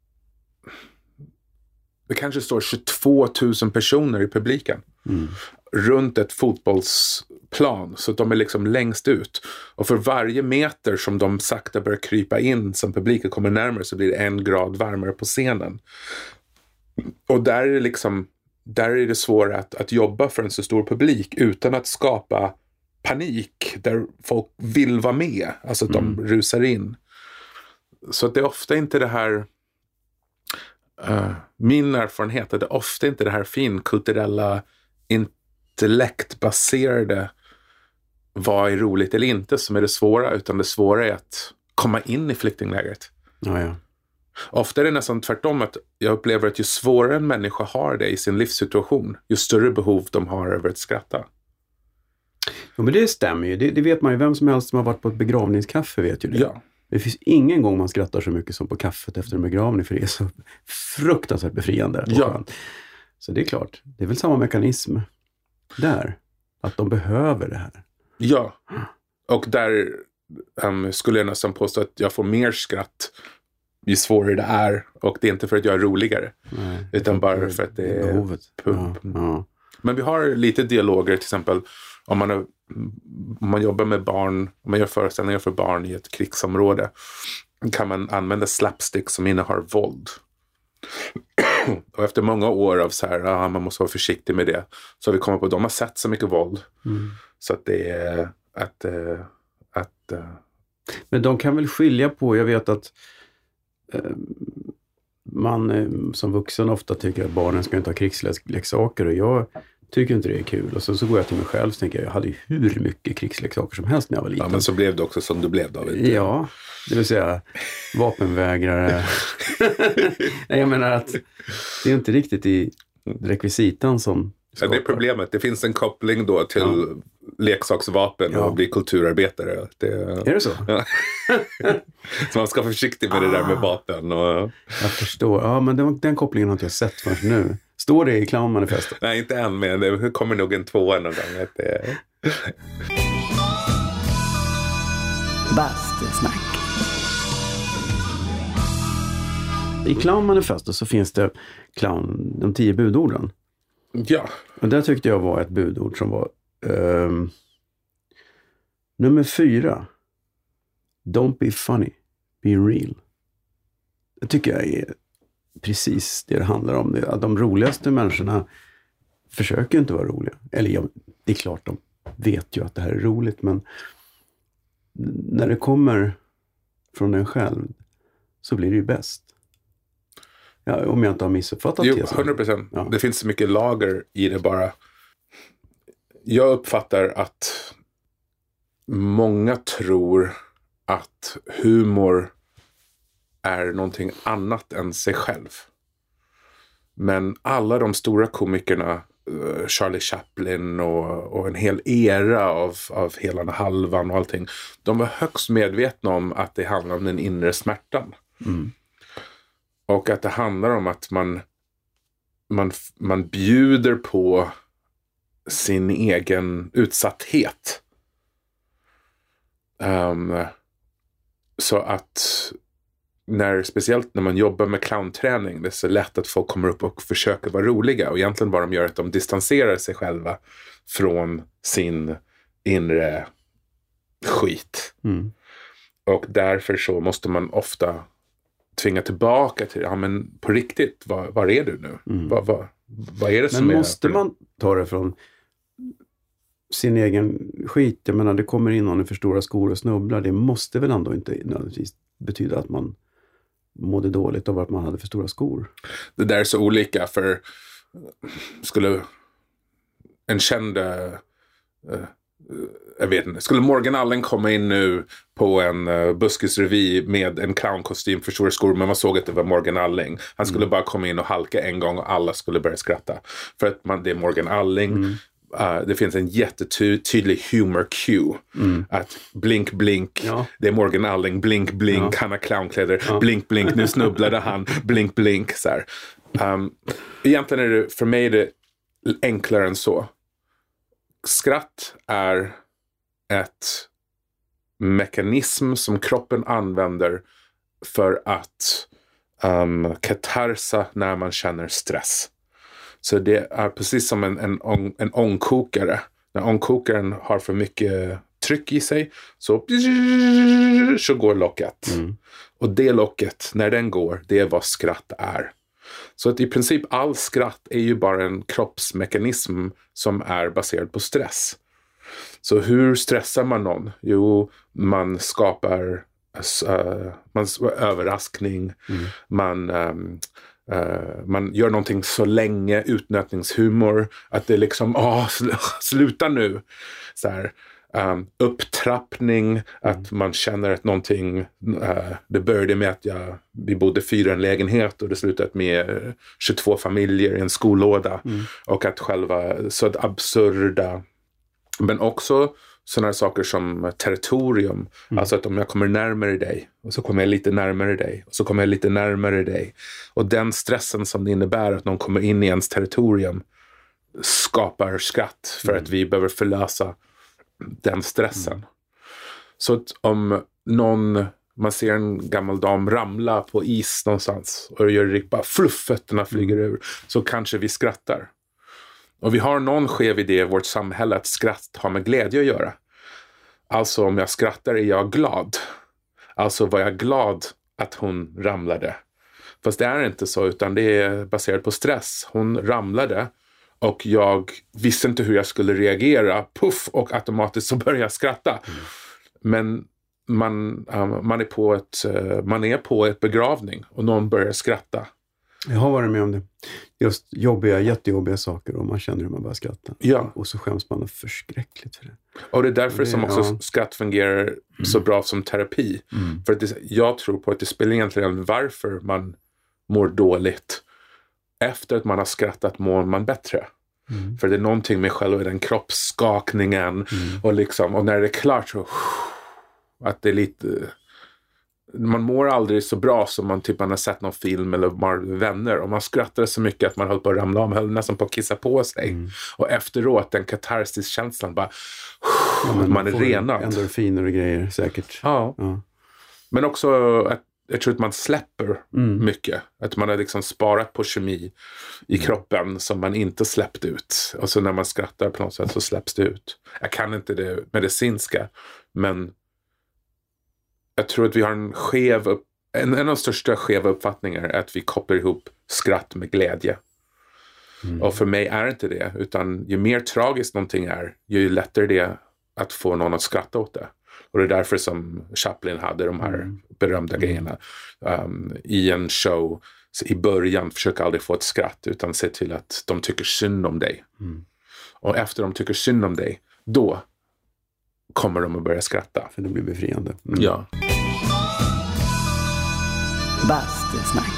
det kanske står tjugotvå tusen personer i publiken. Mm. Runt ett fotbollsplan, så de är liksom längst ut. Och för varje meter som de sakta börjar krypa in, som publiken kommer närmare, så blir det en grad varmare på scenen. Och där är det liksom, där är det svårt att, att jobba för en så stor publik utan att skapa panik där folk vill vara med, alltså att mm. de rusar in. Så att det är ofta inte det här uh, min erfarenhet är det ofta inte det här finkulturella intellektbaserade vad är roligt eller inte som är det svåra, utan det svåra är att komma in i flyktinglägret. Ja, ja. Ofta är det nästan tvärtom, att jag upplever att ju svårare en människa har det i sin livssituation, ju större behov de har över att skratta. Ja, men det stämmer ju. Det, det vet man ju. Vem som helst som har varit på ett begravningskaffe vet ju det. Ja. Det finns ingen gång man skrattar så mycket som på kaffet efter en begravning, för det är så fruktansvärt befriande. Ja. Så det är klart. Det är väl samma mekanism där. Att de behöver det här. Ja. Och där um, skulle jag nästan påstå att jag får mer skratt ju svårare det är. Och det är inte för att jag är roligare. Nej, utan bara för att det är behovet. pump. Ja, ja. Men vi har lite dialoger, till exempel om man, är, om man jobbar med barn, om man gör föreställningar för barn i ett krigsområde, kan man använda slapstick som innehar våld. Och efter många år av så här, ah, man måste vara försiktig med det, så har vi kommit på att de har sett så mycket våld. Mm. Så att det är att... Äh, att äh... Men de kan väl skilja på, jag vet att äh, man äh, som vuxen ofta tycker att barnen ska inte ha krigsleksaker, och jag tycker inte det är kul. Och så, så går jag till mig själv och tänker jag, jag hade ju hur mycket krigsleksaker som helst när jag var liten. Ja, men så blev det också som du blev, David. Ja, det vill säga vapenvägrare. Nej, jag menar att det är inte riktigt i rekvisitan som ja, det är problemet. Det finns en koppling då till ja. leksaksvapen ja. och bli kulturarbetare. Det, är det så? Ja. Så man ska vara försiktig med ah. det där med vapen. Och... Jag förstår. Ja, men den, den kopplingen har inte jag sett förrän nu. Står det i clownmanifestet? Nej, inte än, men det kommer nog en tvåa någon gång. Att det... Bastusnack. I clownmanifestet så finns det clown, de tio budorden. Ja. Och där tyckte jag var ett budord som var um, nummer fyra. Don't be funny, be real. Det tycker jag är precis det det handlar om. Det, att de roligaste människorna försöker inte vara roliga. Eller ja, det är klart de vet ju att det här är roligt, men när det kommer från en själv så blir det ju bäst. Ja, om jag inte har missuppfattat jo, det. hundra procent. Ja. Det finns så mycket lager i det bara. Jag uppfattar att många tror att humor är någonting annat än sig själv. Men alla de stora komikerna, Charlie Chaplin och, och en hel era av, av hela halvan och allting, de var högst medvetna om att det handlar om den inre smärtan. Mm. Och att det handlar om att man, man, man bjuder på sin egen utsatthet. Um, så att när, speciellt när man jobbar med clownträning, det är så lätt att folk kommer upp och försöker vara roliga. Och egentligen vad de gör är att de distanserar sig själva från sin inre skit. Mm. Och därför så måste man ofta tvinga tillbaka till, ja men på riktigt, var, var är du nu? Mm. Vad, vad, vad är det som men är... Men måste man ta det från sin egen skit? Jag menar, det kommer in någon i för stora skor och snubblar. Det måste väl ändå inte nödvändigtvis betyda att man mådde dåligt av att man hade för stora skor. Det där är så olika, för skulle en känd uh, jag vet inte, skulle Morgan Allen komma in nu på en uh, buskisrevy med en clownkostym för stora skor, men man såg att det var Morgan Alling. Han skulle mm. bara komma in och halka en gång och alla skulle börja skratta. För att man, det är Morgan Alling. Mm. Uh, det finns en jättetydlig humor cue. Mm. Att blink, blink. Ja. Det är Morgan Alling. Blink, blink. Ja. Han har clownkläder. Ja. Blink, blink. Nu snubblade han. Blink, blink. Så här. Um, egentligen är det, för mig är det enklare än så. Skratt är ett mekanism som kroppen använder för att um, katarsa när man känner stress. Så det är precis som en, en, ång, en ångkokare. När ångkokaren har för mycket tryck i sig så, så går locket. Mm. Och det locket, när den går, det är vad skratt är. Så att i princip all skratt är ju bara en kroppsmekanism som är baserad på stress. Så hur stressar man någon? Jo, man skapar uh, man, överraskning. Mm. Man... Um, Uh, man gör någonting så länge, utnötningshumor, att det liksom, åh, sl- sluta nu. Så här. um, upptrappning, mm. att man känner att någonting, uh, det började med att jag, vi bodde fyra i en lägenhet och det slutade med tjugotvå familjer i en skolåda mm. och att själva så att absurda, men också sådana saker som territorium, mm. alltså att om jag kommer närmare dig och så kommer jag lite närmare dig och så kommer jag lite närmare dig och den stressen som det innebär att någon kommer in i ens territorium skapar skratt för mm. att vi behöver förlösa den stressen. Mm. Så att om någon, man ser en gammal dam ramla på is någonstans och gör det bara fluff, fötterna flyger mm. ur, så kanske vi skrattar. Och vi har någon skev idé i vårt samhälle att skratt har med glädje att göra. Alltså om jag skrattar är jag glad. Alltså var jag glad att hon ramlade. Fast det är inte så, utan det är baserat på stress. Hon ramlade och jag visste inte hur jag skulle reagera. Puff, och automatiskt så började jag skratta. Mm. Men man, um, man, är på ett, uh, man är på ett begravning och någon börjar skratta. Jag har varit med om det. Just jobbiga, jättejobbiga saker och man känner hur man bara skrattar. Ja. Och så skäms man förskräckligt för det. Och det är därför det, som också ja. skratt fungerar mm. så bra som terapi. Mm. För att det, jag tror på att det spelar egentligen varför man mår dåligt. Efter att man har skrattat mår man bättre. Mm. För det är någonting med själva den kroppsskakningen mm. och liksom, och när det är klart så att det är lite, man mår aldrig så bra som man typ man har sett någon film eller man vänner och man skrattar så mycket att man höll på att ramla om, höll nästan på att kissa på sig mm. och efteråt den katarsis känslan bara ja, man, man är renad. Endorfiner och grejer säkert. Ja. ja. Men också att jag tror att man släpper mm. mycket. Att man har liksom sparat på kemi i mm. kroppen som man inte släppt ut. Och så när man skrattar på något sätt så släpps det ut. Jag kan inte det medicinska. Men jag tror att vi har en skev upp, en, en av de största skeva uppfattningar är att vi kopplar ihop skratt med glädje. Mm. Och för mig är det inte det. Utan ju mer tragiskt någonting är, ju lättare det är att få någon att skratta åt det. Och det är därför som Chaplin hade de här mm. berömda mm. grejerna. Um, I en show, så i början försöker aldrig få ett skratt utan se till att de tycker synd om dig. Mm. Och efter de tycker synd om dig, då kommer de att börja skratta. För det blir befriande. Mm. Ja. Bastusnack.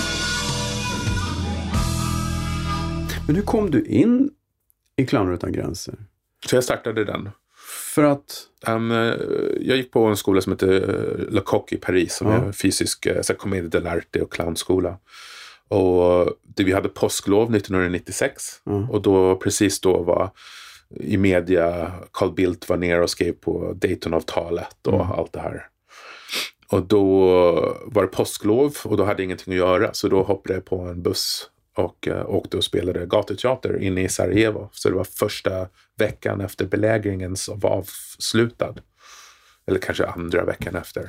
Men hur kom du in i Clowner utan gränser? Så jag startade den. För att? Um, jag gick på en skola som heter Le Coq i Paris som ja. är fysisk så comédie dell'arte och clownskola. Och det, vi hade påsklov nittonhundranittiosex mm. och då precis då var i media Carl Bildt var ner och skrev på Daytonavtalet och mm. allt det här. Och då var det påsklov och då hade jag ingenting att göra så då hoppade jag på en buss och uh, åkte och spelade gatuteater inne i Sarajevo. Så det var första veckan efter belägringen som var avslutad. Eller kanske andra veckan efter.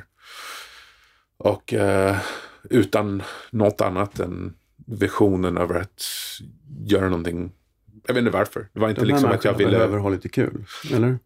Och uh, utan något annat än visionen över att göra någonting. Jag vet inte varför. Det var inte liksom att jag ville... behöver ha lite kul, eller?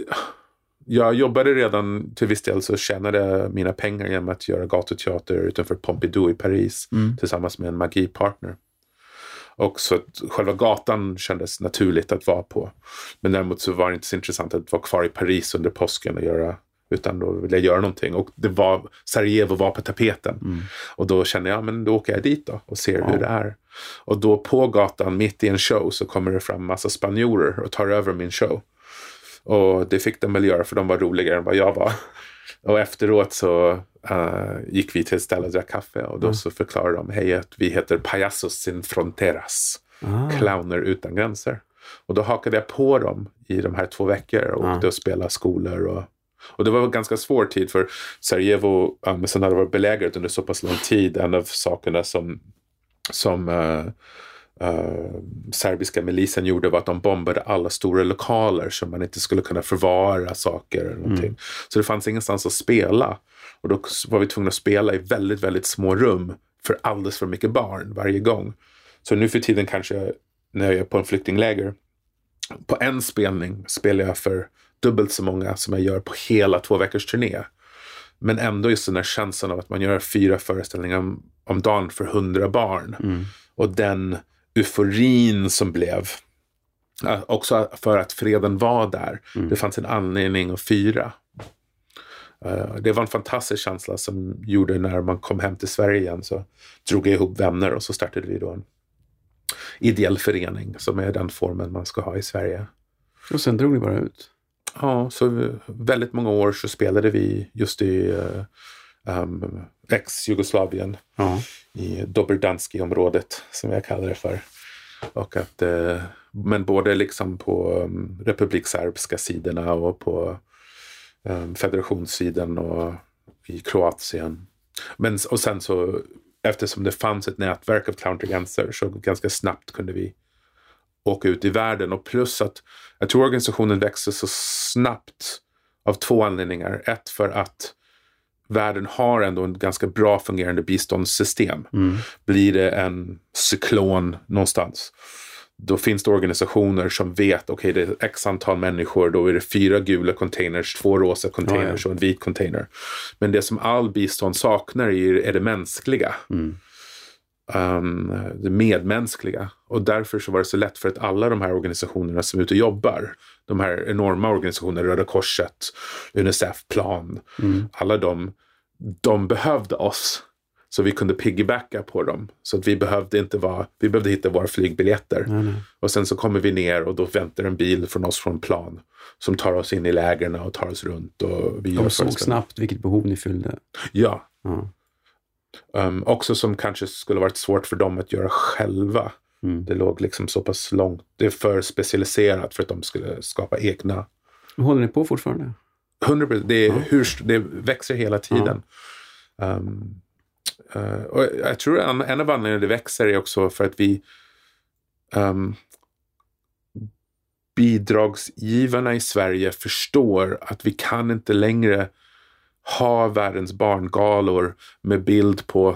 Jag jobbade redan till viss del så tjänade mina pengar genom att göra gatuteater utanför Pompidou i Paris. Mm. Tillsammans med en magipartner. Och så att själva gatan kändes naturligt att vara på. Men däremot så var det inte så intressant att vara kvar i Paris under påsken och göra, utan då ville jag göra någonting. Och det var, Sarajevo var på tapeten. Mm. Och då kände jag, men då åker jag dit då och ser ja. hur det är. Och då på gatan, mitt i en show, så kommer det fram massa spanjorer och tar över min show. Och det fick de väl göra för de var roligare än vad jag var. Och efteråt så uh, gick vi till ett ställe och drack kaffe. Och då mm. så förklarade de, hej, att vi heter Payasos sin fronteras. Ah. Clowner utan gränser. Och då hakade jag på dem i de här två veckor. Och ah. åkte och spelade skolor. Och, och det var en ganska svår tid för Sarajevo. Um, sen hade det varit belägrat under så pass lång tid. En av sakerna som... som uh, Uh, serbiska milisen gjorde var att de bombade alla stora lokaler så man inte skulle kunna förvara saker eller någonting. Mm. Så det fanns ingenstans att spela och då var vi tvungna att spela i väldigt, väldigt små rum för alldeles för mycket barn varje gång. Så nu för tiden kanske när jag är på en flyktingläger på en spelning spelar jag för dubbelt så många som jag gör på hela två veckors turné. Men ändå just den här känslan av att man gör fyra föreställningar om, om dagen för hundra barn. Mm. Och den euforin som blev Uh, också för att freden var där. Mm. Det fanns en anledning att fira. Uh, det var en fantastisk känsla som gjorde när man kom hem till Sverige igen, så drog jag ihop vänner och så startade vi då en ideell förening som är den formen man ska ha i Sverige. Och sen drog ni bara ut? Ja, så vi, väldigt många år så spelade vi just i uh, um, ex-Jugoslavien, ja. I Dobrdanski-området som jag kallar det för. Och att, uh, men både liksom på um, republikserbiska sidorna och på um, federationssidan och i Kroatien. Men, och sen så, eftersom det fanns ett nätverk av Clown Utan Gränser, så ganska snabbt kunde vi åka ut i världen. Och plus att jag tror organisationen växte så snabbt av två anledningar. Ett, för att världen har ändå en ganska bra fungerande biståndssystem. Mm. Blir det en cyklon någonstans, då finns det organisationer som vet, okej, okay, det är x antal människor, då är det fyra gula containers, två rosa containers ja, ja. och en vit container. Men det som all bistånd saknar är, är det mänskliga. Mm. Um, det medmänskliga. Och därför så var det så lätt för att alla de här organisationerna som är ute och jobbar, de här enorma organisationerna, Röda Korset, Unicef, Plan, mm. alla de, de behövde oss. Så vi kunde piggybacka på dem. Så att vi behövde inte vara, vi behövde hitta våra flygbiljetter. Nej, nej. Och sen så kommer vi ner och då väntar en bil från oss från Plan som tar oss in i lägerna och tar oss runt. Och vi gör såg snabbt vilket behov ni fyllde. Ja. Mm. Um, också som kanske skulle varit svårt för dem att göra själva. Mm. Det låg liksom så pass långt. Det är för specialiserat för att de skulle skapa egna. Håller ni på fortfarande? hundra procent. Det, är ja. hur, det växer hela tiden. Ja. Um, uh, och jag tror en, en av anledningarna det växer är också för att vi um, bidragsgivarna i Sverige förstår att vi kan inte längre ha världens barngalor med bild på,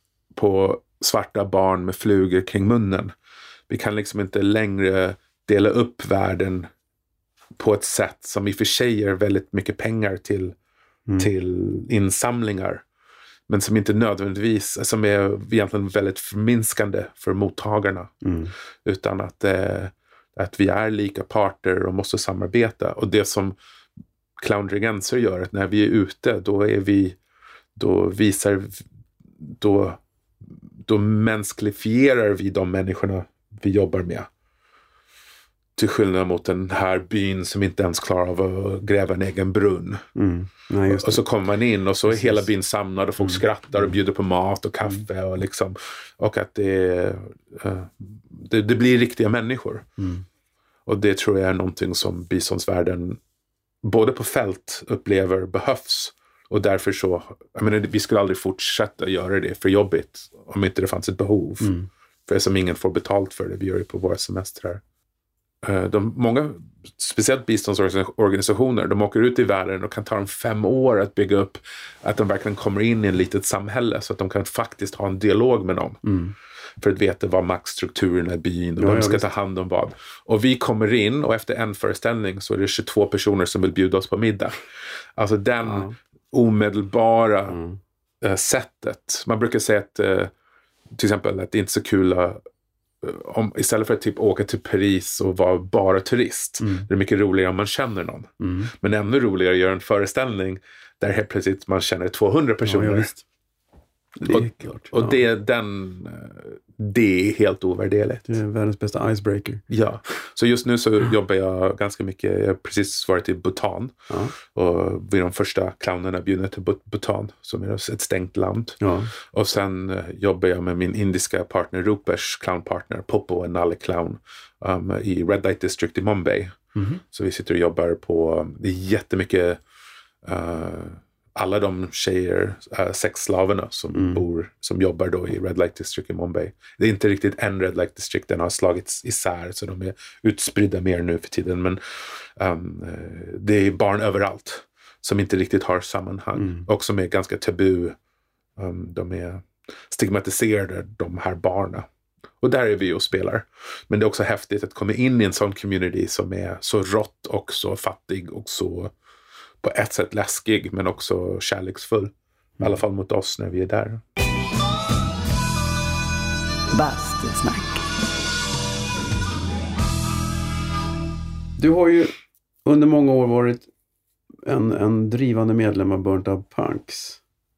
på svarta barn med flugor kring munnen. Vi kan liksom inte längre dela upp världen på ett sätt som i och för sig ger väldigt mycket pengar till, mm. till insamlingar, men som inte nödvändigtvis, som är egentligen väldigt förminskande för mottagarna. Mm. Utan att, eh, att vi är lika parter och måste samarbeta. Och det som Clown Utan Gränser gör, att när vi är ute, då är vi, då visar, då, då mänskligifierar vi de människorna vi jobbar med. Till skillnad mot den här byn som inte ens klarar av att gräva en egen brunn. Mm. Nej, just det. Och så kommer man in och så är Precis. hela byn samlad och folk mm. skrattar och bjuder på mat och kaffe och liksom, och att det, uh, det, det blir riktiga människor. Mm. Och det tror jag är någonting som biståndsvärlden både på fält upplever behövs. Och därför så, jag menar, vi skulle aldrig fortsätta göra det för jobbigt om inte det fanns ett behov. Mm. För som ingen får betalt för det, vi gör det på våra semestrar. De, många, speciellt biståndsorganisationer, de åker ut i världen och kan ta dem fem år att bygga upp, att de verkligen kommer in i en litet samhälle så att de kan faktiskt ha en dialog med dem. Mm. För att veta vad maktstrukturerna i byn och ja, de ska ja, ta hand om vad. Och vi kommer in och efter en föreställning så är det tjugotvå personer som vill bjuda oss på middag. Alltså den ja. omedelbara mm. äh, sättet. Man brukar säga att äh, till exempel att det är inte så kul att om, istället för att typ åka till Paris och vara bara turist. Mm. Det är mycket roligare om man känner någon. Mm. Men ännu roligare att göra en föreställning där helt plötsligt man känner tvåhundra personer. Ja, det är klart. Och, och det, den, det är helt ovärderligt. Det är världens bästa icebreaker. Ja, så just nu så jobbar jag ganska mycket. Jag har precis varit i Bhutan. Ja. Och vi är de första clownerna bjudna till Bhutan, som är ett stängt land. Ja. Och sen jobbar jag med min indiska partner Rupers clownpartner Popo och Nalle Clown um, i Red Light District i Mumbai. Mm-hmm. Så vi sitter och jobbar på, det är jättemycket uh, alla de tjejer, äh, sexslaverna som mm. bor, som jobbar då i Red Light District i Mumbai. Det är inte riktigt en Red Light District, den har slagits isär så de är utspridda mer nu för tiden. Men um, det är barn överallt som inte riktigt har sammanhang mm. och som är ganska tabu. Um, de är stigmatiserade, de här barnen. Och där är vi och spelar. Men det är också häftigt att komma in i en sån community som är så rått och så fattig och så på ett sätt läskig men också kärleksfull. Mm. I alla fall mot oss när vi är där. Bastusnack. Du har ju under många år varit en, en drivande medlem av Burnt Out Punks.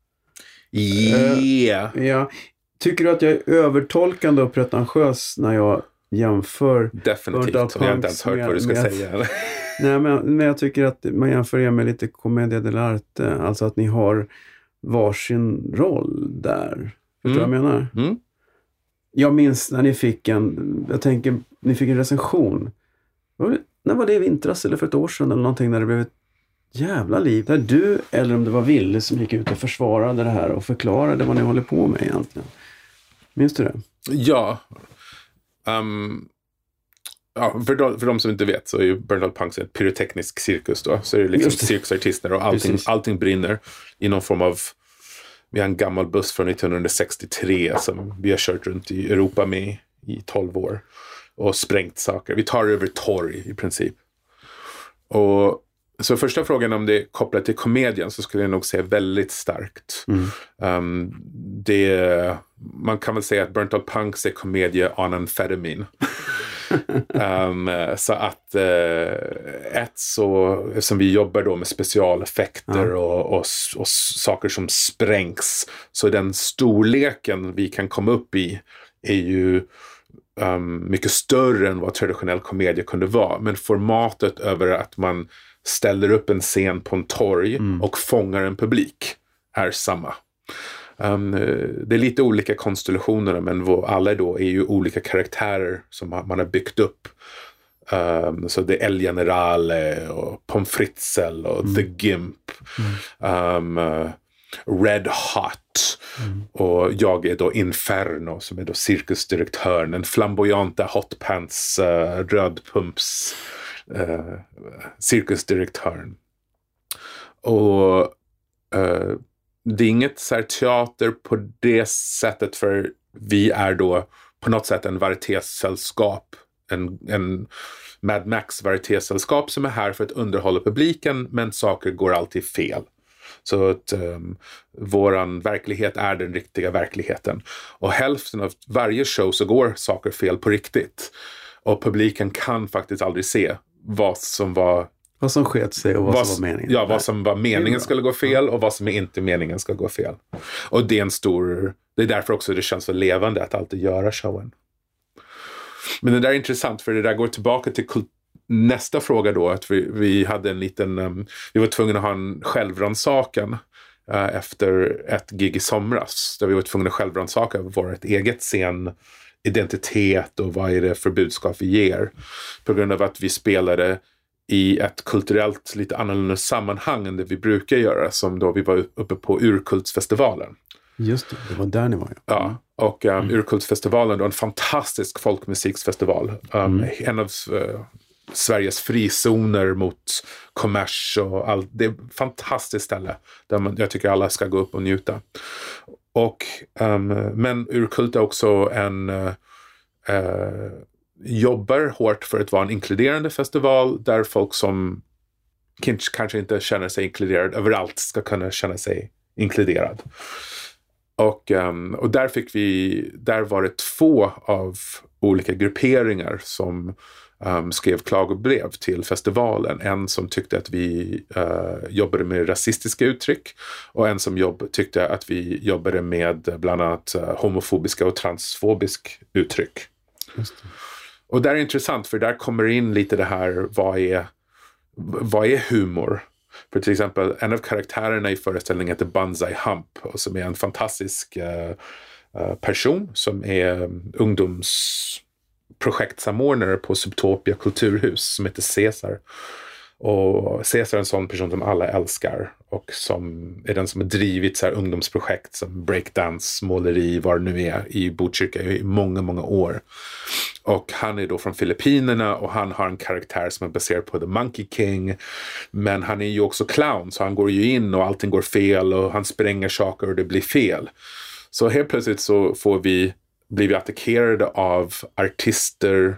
Yeah. Uh, ja. Tycker du att jag är övertolkande och pretentiös när jag jämför Definitivt. Jag har inte ens hört med, vad du ska med, säga. Nej, men, men jag tycker att man jämför er med lite commedia dell'arte. Alltså att ni har varsin roll där. Vet du mm. vad jag menar? Mm. Jag minns när ni fick en, jag tänker, ni fick en recension. Var det, när var det i vintras eller för ett år sedan eller någonting, när det blev ett jävla liv. Där du, eller om det var Ville som gick ut och försvarade det här och förklarade vad ni håller på med egentligen. Minns du det? Ja. Um, ja för, de, för de som inte vet så är ju Burnt Out Punks ett pyroteknisk cirkus då. Så är det liksom cirkusartister och allting, allting brinner i någon form av. Vi har en gammal buss från nittonhundrasextiotre som vi har kört runt i Europa med i tolv år. Och sprängt saker. Vi tar över torg i princip. Och så första frågan om det är kopplat till komedien så skulle jag nog säga väldigt starkt. Mm. Um, det, man kan väl säga att Burnt Out Punks är komedie on amfetamin. um, så att uh, ett så som vi jobbar då med specialeffekter mm. och, och, och saker som sprängs, så den storleken vi kan komma upp i är ju um, mycket större än vad traditionell komedie kunde vara, men formatet över att man ställer upp en scen på en torg mm. och fångar en publik är samma. Um, det är lite olika konstellationer, men alla då är ju olika karaktärer som man har byggt upp. Um, så det är El Generale och Pommes Fritzl och mm. The Gimp. Mm. Um, uh, Red Hot. Mm. Och jag är då Inferno som är då cirkusdirektören. En flamboyanta hotpants uh, rödpumps uh, cirkusdirektören. Och uh, det är inget så här teater på det sättet, för vi är då på något sätt en varietésällskap, en, en Mad Max varietésällskap som är här för att underhålla publiken, men saker går alltid fel. Så att um, våran verklighet är den riktiga verkligheten. Och hälften av varje show så går saker fel på riktigt. Och publiken kan faktiskt aldrig se vad som var Vad som sket sig och vad, vad som var meningen. Ja, vad som var meningen skulle gå fel och vad som är inte meningen ska gå fel. Och det är en stor, det är därför också det känns så levande att alltid göra showen. Men det där är intressant, för det där går tillbaka till kult- nästa fråga då, att vi, vi hade en liten, um, vi var tvungna att ha en självrannsakan uh, efter ett gig i somras, där vi var tvungna att självrannsaka vårt eget scen, identitet och vad är det för budskap vi ger, på grund av att vi spelade i ett kulturellt lite annorlunda sammanhang än det vi brukar göra, som då vi var uppe på Urkultsfestivalen. Just det, det var där ni var. Ja, ja och um, mm. Urkultsfestivalen då, en fantastisk folkmusiksfestival. Um, mm. En av uh, Sveriges frizoner mot kommers och allt. Det är ett fantastiskt ställe där man, jag tycker alla ska gå upp och njuta. Och, um, men Urkult är också en uh, uh, jobbar hårt för att vara en inkluderande festival där folk som kanske inte känner sig inkluderad överallt ska kunna känna sig inkluderad. Och, um, och där fick vi, där var det två av olika grupperingar som um, skrev klagobrev till festivalen. En som tyckte att vi uh, jobbade med rasistiska uttryck, och en som jobb, tyckte att vi jobbade med bland annat uh, homofobiska och transfobiska uttryck. Just det. Och där är intressant, för där kommer in lite det här, vad är, vad är humor? För till exempel, en av karaktärerna i föreställningen heter Banzai Hump, och som är en fantastisk uh, uh, person som är um, ungdomsprojektsamordnare på Subtopia kulturhus, som heter Cesar. Och Cesar är en sån person som alla älskar, och som är den som har drivit så här ungdomsprojekt som breakdance, måleri, vad det nu är, i Botkyrka i många, många år. Och han är då från Filippinerna, och han har en karaktär som är baserad på The Monkey King, men han är ju också clown, så han går ju in och allting går fel, och han spränger saker och det blir fel. Så helt plötsligt så får vi, blir vi attackerade av artister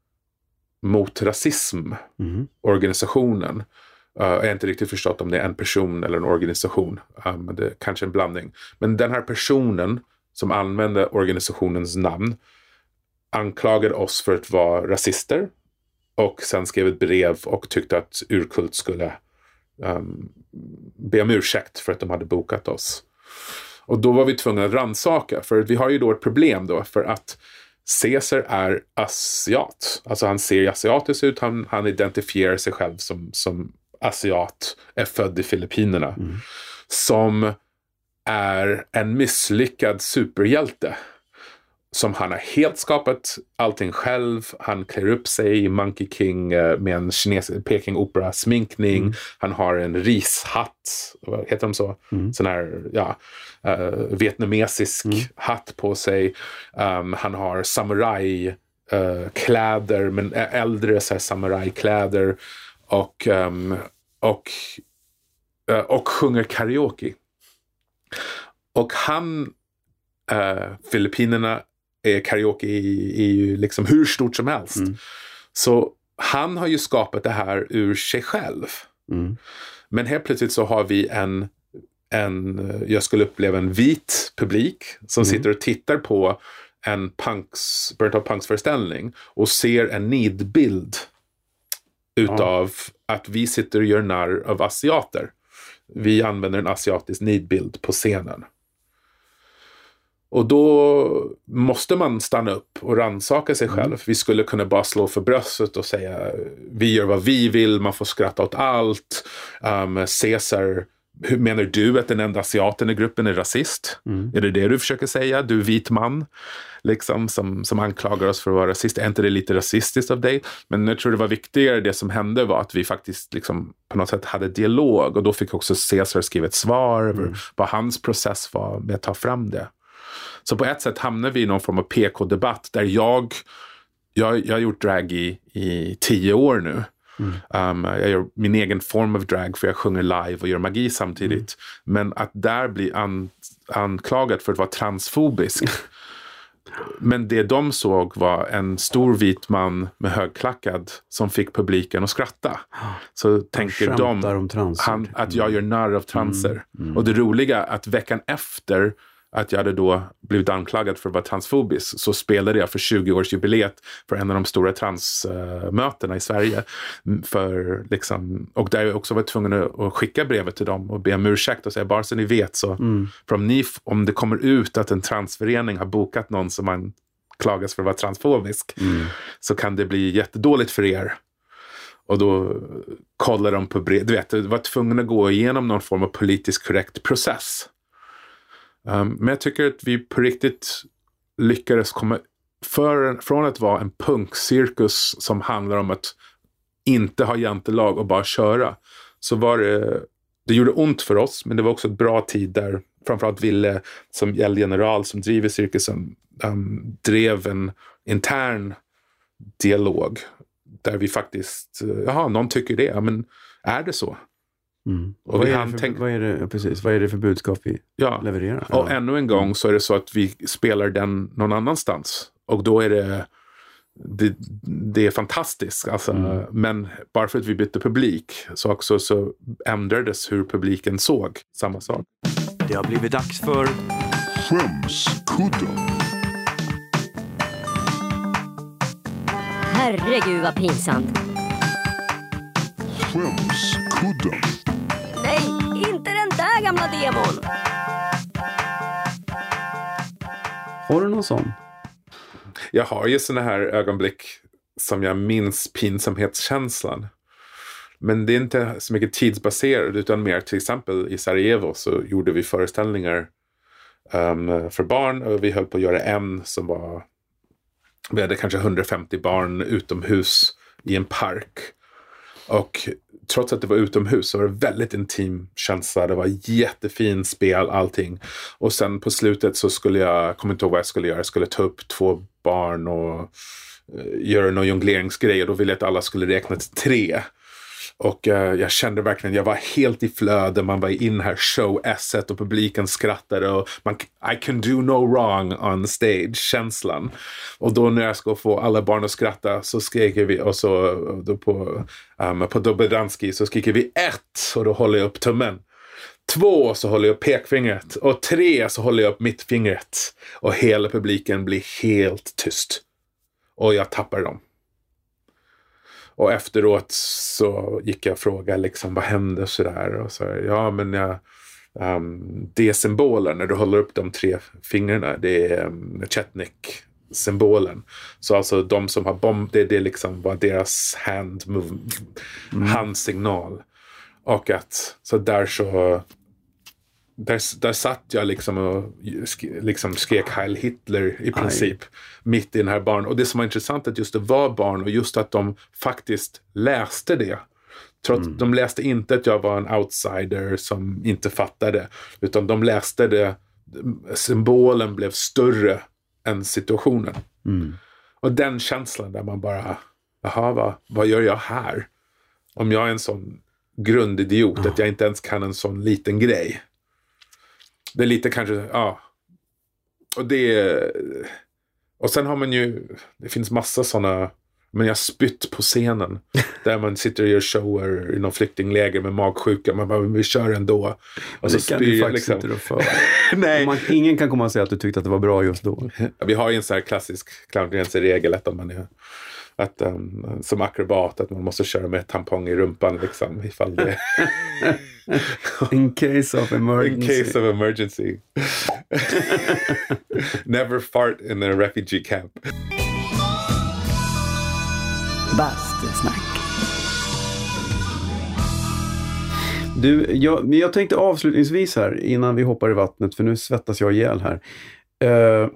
mot rasism, mm. organisationen. Uh, jag har inte riktigt förstått om det är en person eller en organisation. Um, det är kanske en blandning. Men den här personen som använde organisationens namn anklagade oss för att vara rasister och sen skrev ett brev och tyckte att Urkult skulle um, be om ursäkt för att de hade bokat oss. Och då var vi tvungna att rannsaka, för vi har ju då ett problem då, för att Caesar är asiat. Alltså han ser asiatisk ut, han, han identifierar sig själv som, som asiat, är född i Filippinerna. Mm. Som är en misslyckad superhjälte. Som han har helt skapat allting själv. Han klär upp sig i Monkey King med en kinesisk Peking opera sminkning. Mm. Han har en rishatt, vad heter de så? Mm. Sån här, ja, uh, vietnamesisk mm. hatt på sig. Um, han har samurai uh, kläder, men äldre så här samurai-kläder. Och, um, och, uh, och sjunger karaoke. Och han, uh, Filippinerna, är karaoke är ju liksom hur stort som helst. Mm. Så han har ju skapat det här ur sig själv. Mm. Men helt plötsligt så har vi en, en jag skulle uppleva en vit publik som mm. sitter och tittar på en punks, Burnt Out Punks föreställning och ser en nidbild utav ja. Att vi sitter och gör narr av asiater. Vi använder en asiatisk nidbild på scenen. Och då måste man stanna upp och rannsaka sig själv. Mm. Vi skulle kunna bara slå för bröstet och säga vi gör vad vi vill, man får skratta åt allt. Um, Caesar, hur menar du att den enda asiaten i gruppen är rasist? Mm. Är det det du försöker säga? Du vit man liksom, som, som anklagar oss för att vara rasist. Är inte det lite rasistiskt av dig? Men jag tror det var viktigare, det som hände var att vi faktiskt liksom, på något sätt hade dialog. Och då fick också Caesar skriva ett svar över mm. vad hans process var med att ta fram det. Så på ett sätt hamnar vi i någon form av P K-debatt där jag, jag, jag har gjort drag i, i tio år nu. Mm. Um, jag gör min egen form av drag för jag sjunger live och gör magi samtidigt. Mm. Men att där bli an, anklagad för att vara transfobisk. Men det de såg var en stor vit man med högklackad som fick publiken att skratta. Så tänker de om han, att jag gör narr av transer. Mm. Mm. Och det roliga att veckan efter att jag hade då blivit anklagad för att vara transfobisk, så spelade jag för tjugo-årsjubileet för en av de stora transmötena i Sverige. För liksom, och där jag också var tvungen att skicka brevet till dem och be om ursäkt och säga, bara så ni vet så, mm. för om, ni, om det kommer ut att en transförening har bokat någon som man klagas för att vara transfobisk, mm. så kan det bli jättedåligt för er. Och då kollar de på brev, du vet, jag var tvungen att gå igenom någon form av politiskt korrekt process. Um, men jag tycker att vi på riktigt lyckades komma för, från att vara en punkcirkus som handlar om att inte ha jantelag och bara köra, så var det, det gjorde ont för oss, men det var också ett bra tid där framförallt Ville som gällgeneral som driver cirkusen um, drev en intern dialog där vi faktiskt, jaha, någon tycker det, ja, men är det så? Mm. Och vad, är för, tänk... vad, är det, precis, vad är det för budskap vi ja. levererar? Och ja. ännu en gång så är det så att vi spelar den någon annanstans. Och då är det det, det är fantastiskt. Alltså, mm. Men bara för att vi bytte publik så också så ändrades hur publiken såg samma sak. Det har blivit dags för Skämskudden. Herregud vad pinsamt. Skämskudden. Nej, inte den där gamla demon. Har du någon sån? Jag har ju såna här ögonblick som jag minns pinsamhetskänslan. Men det är inte så mycket tidsbaserat utan mer, till exempel i Sarajevo så gjorde vi föreställningar um, för barn och vi höll på att göra en som var, vi hade kanske hundrafemtio barn utomhus i en park. Och trots att det var utomhus så var det väldigt intim känsla. Det var jättefin spel, allting. Och sen på slutet så skulle jag, kommer inte ihåg vad jag skulle göra. Jag skulle ta upp två barn och uh, göra någon jongleringsgrej. Och då ville jag att alla skulle räkna till tre. Och uh, jag kände verkligen, jag var helt i flöde. Man var in här show-esset och publiken skrattade. Och man, I can do no wrong on stage-känslan. Och då när jag ska få alla barn att skratta så skrek vi. Och så då på, um, på Dobedanski så skriker vi ett. Och då håller jag upp tummen. Två så håller jag upp pekfingret. Och tre så håller jag upp mittfingret. Och hela publiken blir helt tyst. Och jag tappar dem. Och efteråt så gick jag och frågade liksom, vad hände så där? Och så, ja men jag, um, det är symbolen när du håller upp de tre fingrarna. Det är um, Chetnik-symbolen. Så alltså de som har bomb, det, det liksom var deras hand move, mm. handsignal. Och att så där så där, där satt jag liksom och sk- liksom skrek Heil Hitler i princip. Aj. Mitt i den här barn. Och det som var intressant är att just det var barn och just att de faktiskt läste det. Trots mm. de läste inte att jag var en outsider som inte fattade. Utan de läste det. Symbolen blev större än situationen. Mm. Och den känslan där man bara, jaha, vad, vad gör jag här? Om jag är en sån grundidiot, oh. att jag inte ens kan en sån liten grej. Det är lite kanske, ja. Och det, och sen har man ju, det finns massa såna, men jag spytt på scenen där man sitter och gör shower i någon flyktingläger med magsjuka, man bara, vi kör ändå. Och så spyr jag liksom. För. Nej. Man, ingen kan komma och säga att du tyckte att det var bra just då. Vi har ju en sån här klassisk clowngränser-regel att om man är att, um, som akrobat att man måste köra med tampong i rumpan liksom, ifall det in case of emergency. In case of emergency. Never fart in a refugee camp. Bastusnack. Du, jag, jag tänkte avslutningsvis här innan vi hoppar i vattnet, för nu svettas jag ihjäl här. Uh,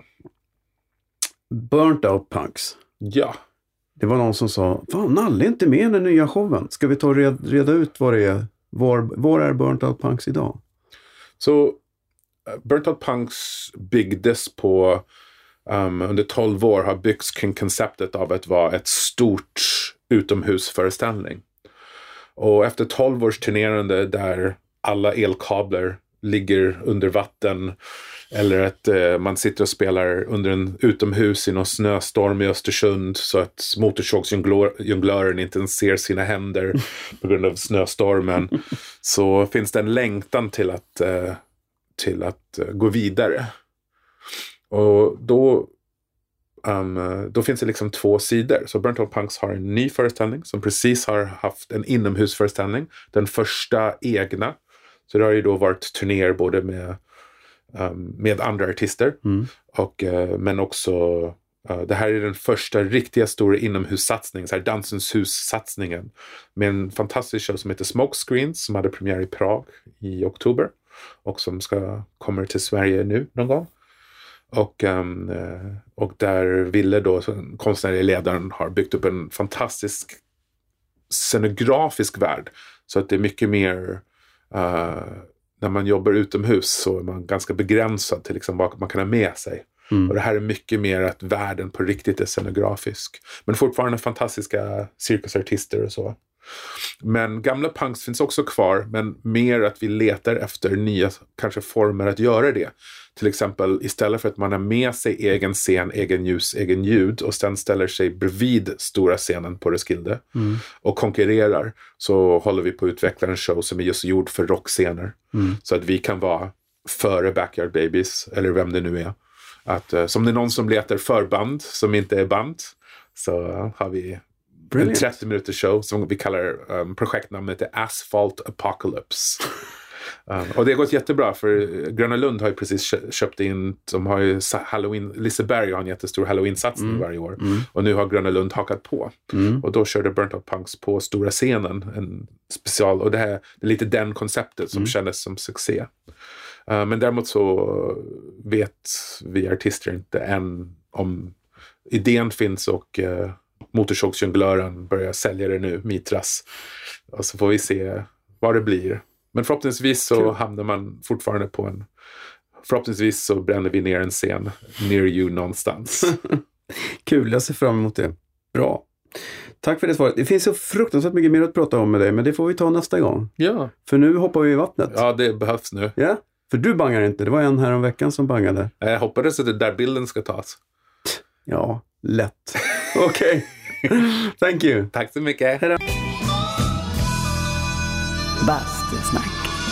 burnt out punks. Ja. Det var någon som sa, fan, Nalle är inte med i den nya showen. Ska vi ta och red, reda ut vad det är? Var, var är Burnt Out Punks idag? Så uh, Burnt Out Punks byggdes på, um, under tolv år har byggts kring konceptet av att vara ett stort utomhusföreställning. Och efter tolv års turnerande där alla elkablar ligger under vatten, eller att eh, man sitter och spelar under en utomhus i någon snöstorm i Östersund så att motorsågsjonglören inte ens ser sina händer på grund av snöstormen, så finns det en längtan till att, eh, till att eh, gå vidare. Och då, um, då finns det liksom två sidor. Så Burnt Out Punks har en ny föreställning som precis har haft en inomhusföreställning. Den första egna. Så det har ju då varit turnéer både med Um, med andra artister mm. och, uh, men också uh, det här är den första riktiga stora inomhussatsningen, så här Dansens hus-satsningen med en fantastisk show som heter Smokescreens som hade premiär i Prag i oktober och som ska komma till Sverige nu någon gång. Och, um, uh, och där Ville då, den konstnärliga ledaren, har byggt upp en fantastisk scenografisk värld så att det är mycket mer uh, när man jobbar utomhus så är man ganska begränsad till liksom vad man kan ha med sig. Mm. Och det här är mycket mer att världen på riktigt är scenografisk. Men fortfarande fantastiska cirkusartister och så. Men gamla punks finns också kvar, men mer att vi letar efter nya kanske former att göra det. Till exempel istället för att man har med sig egen scen, egen ljus, egen ljud och sen ställer sig bredvid stora scenen på Roskilde mm. och konkurrerar, så håller vi på att utveckla en show som är just gjord för rockscener. Mm. Så att vi kan vara före Backyard Babies eller vem det nu är. Att, uh, som det är någon som letar förband som inte är band, så uh, har vi Brilliant. En trettio minuters show som vi kallar um, projektnamnet är Asphalt Apocalypse. um, och det har gått jättebra för Gröna Lund har ju precis köpt in, de har ju Halloween, Liseberg har en jättestor Halloween-satsning mm. varje år. Mm. Och nu har Gröna Lund hakat på. Mm. Och då körde Burnt Out Punks på stora scenen en special, och det här det är lite den konceptet som mm. kändes som succé. Uh, men däremot så vet vi artister inte än om idén finns och uh, motorsågsjonglören börjar sälja det nu, Mitras. Och så får vi se vad det blir. Men förhoppningsvis så cool. hamnar man fortfarande på en... Förhoppningsvis så bränner vi ner en scen near you någonstans. Kul, jag ser fram emot det. Bra. Tack för det svaret. Det finns så fruktansvärt mycket mer att prata om med dig, men det får vi ta nästa gång. Ja. För nu hoppar vi i vattnet. Ja, det behövs nu. Ja, för du bangar inte. Det var en här om veckan som bangade. Jag hoppades att det där bilden ska tas. Ja, lätt. Okej. Thank you. Tack så mycket. Hejdå. Bastusnack.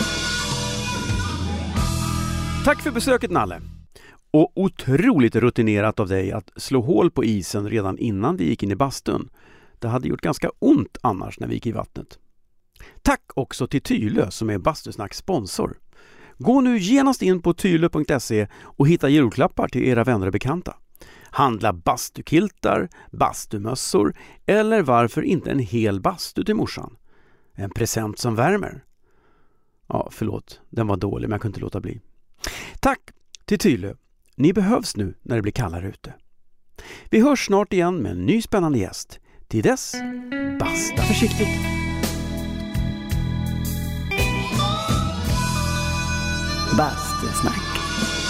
Tack för besöket, Nalle. Och otroligt rutinerat av dig att slå hål på isen redan innan vi gick in i bastun. Det hade gjort ganska ont annars när vi gick i vattnet. Tack också till Tylö som är Bastusnacks sponsor. Gå nu genast in på tylö punkt se och hitta julklappar till era vänner och bekanta. Handla bastukiltar, bastumössor eller varför inte en hel bastu till morsan. En present som värmer. Ja, förlåt, den var dålig men jag kunde inte låta bli. Tack till Tylö. Ni behövs nu när det blir kallare ute. Vi hörs snart igen med en ny spännande gäst. Till dess, basta försiktigt. Bastusnack.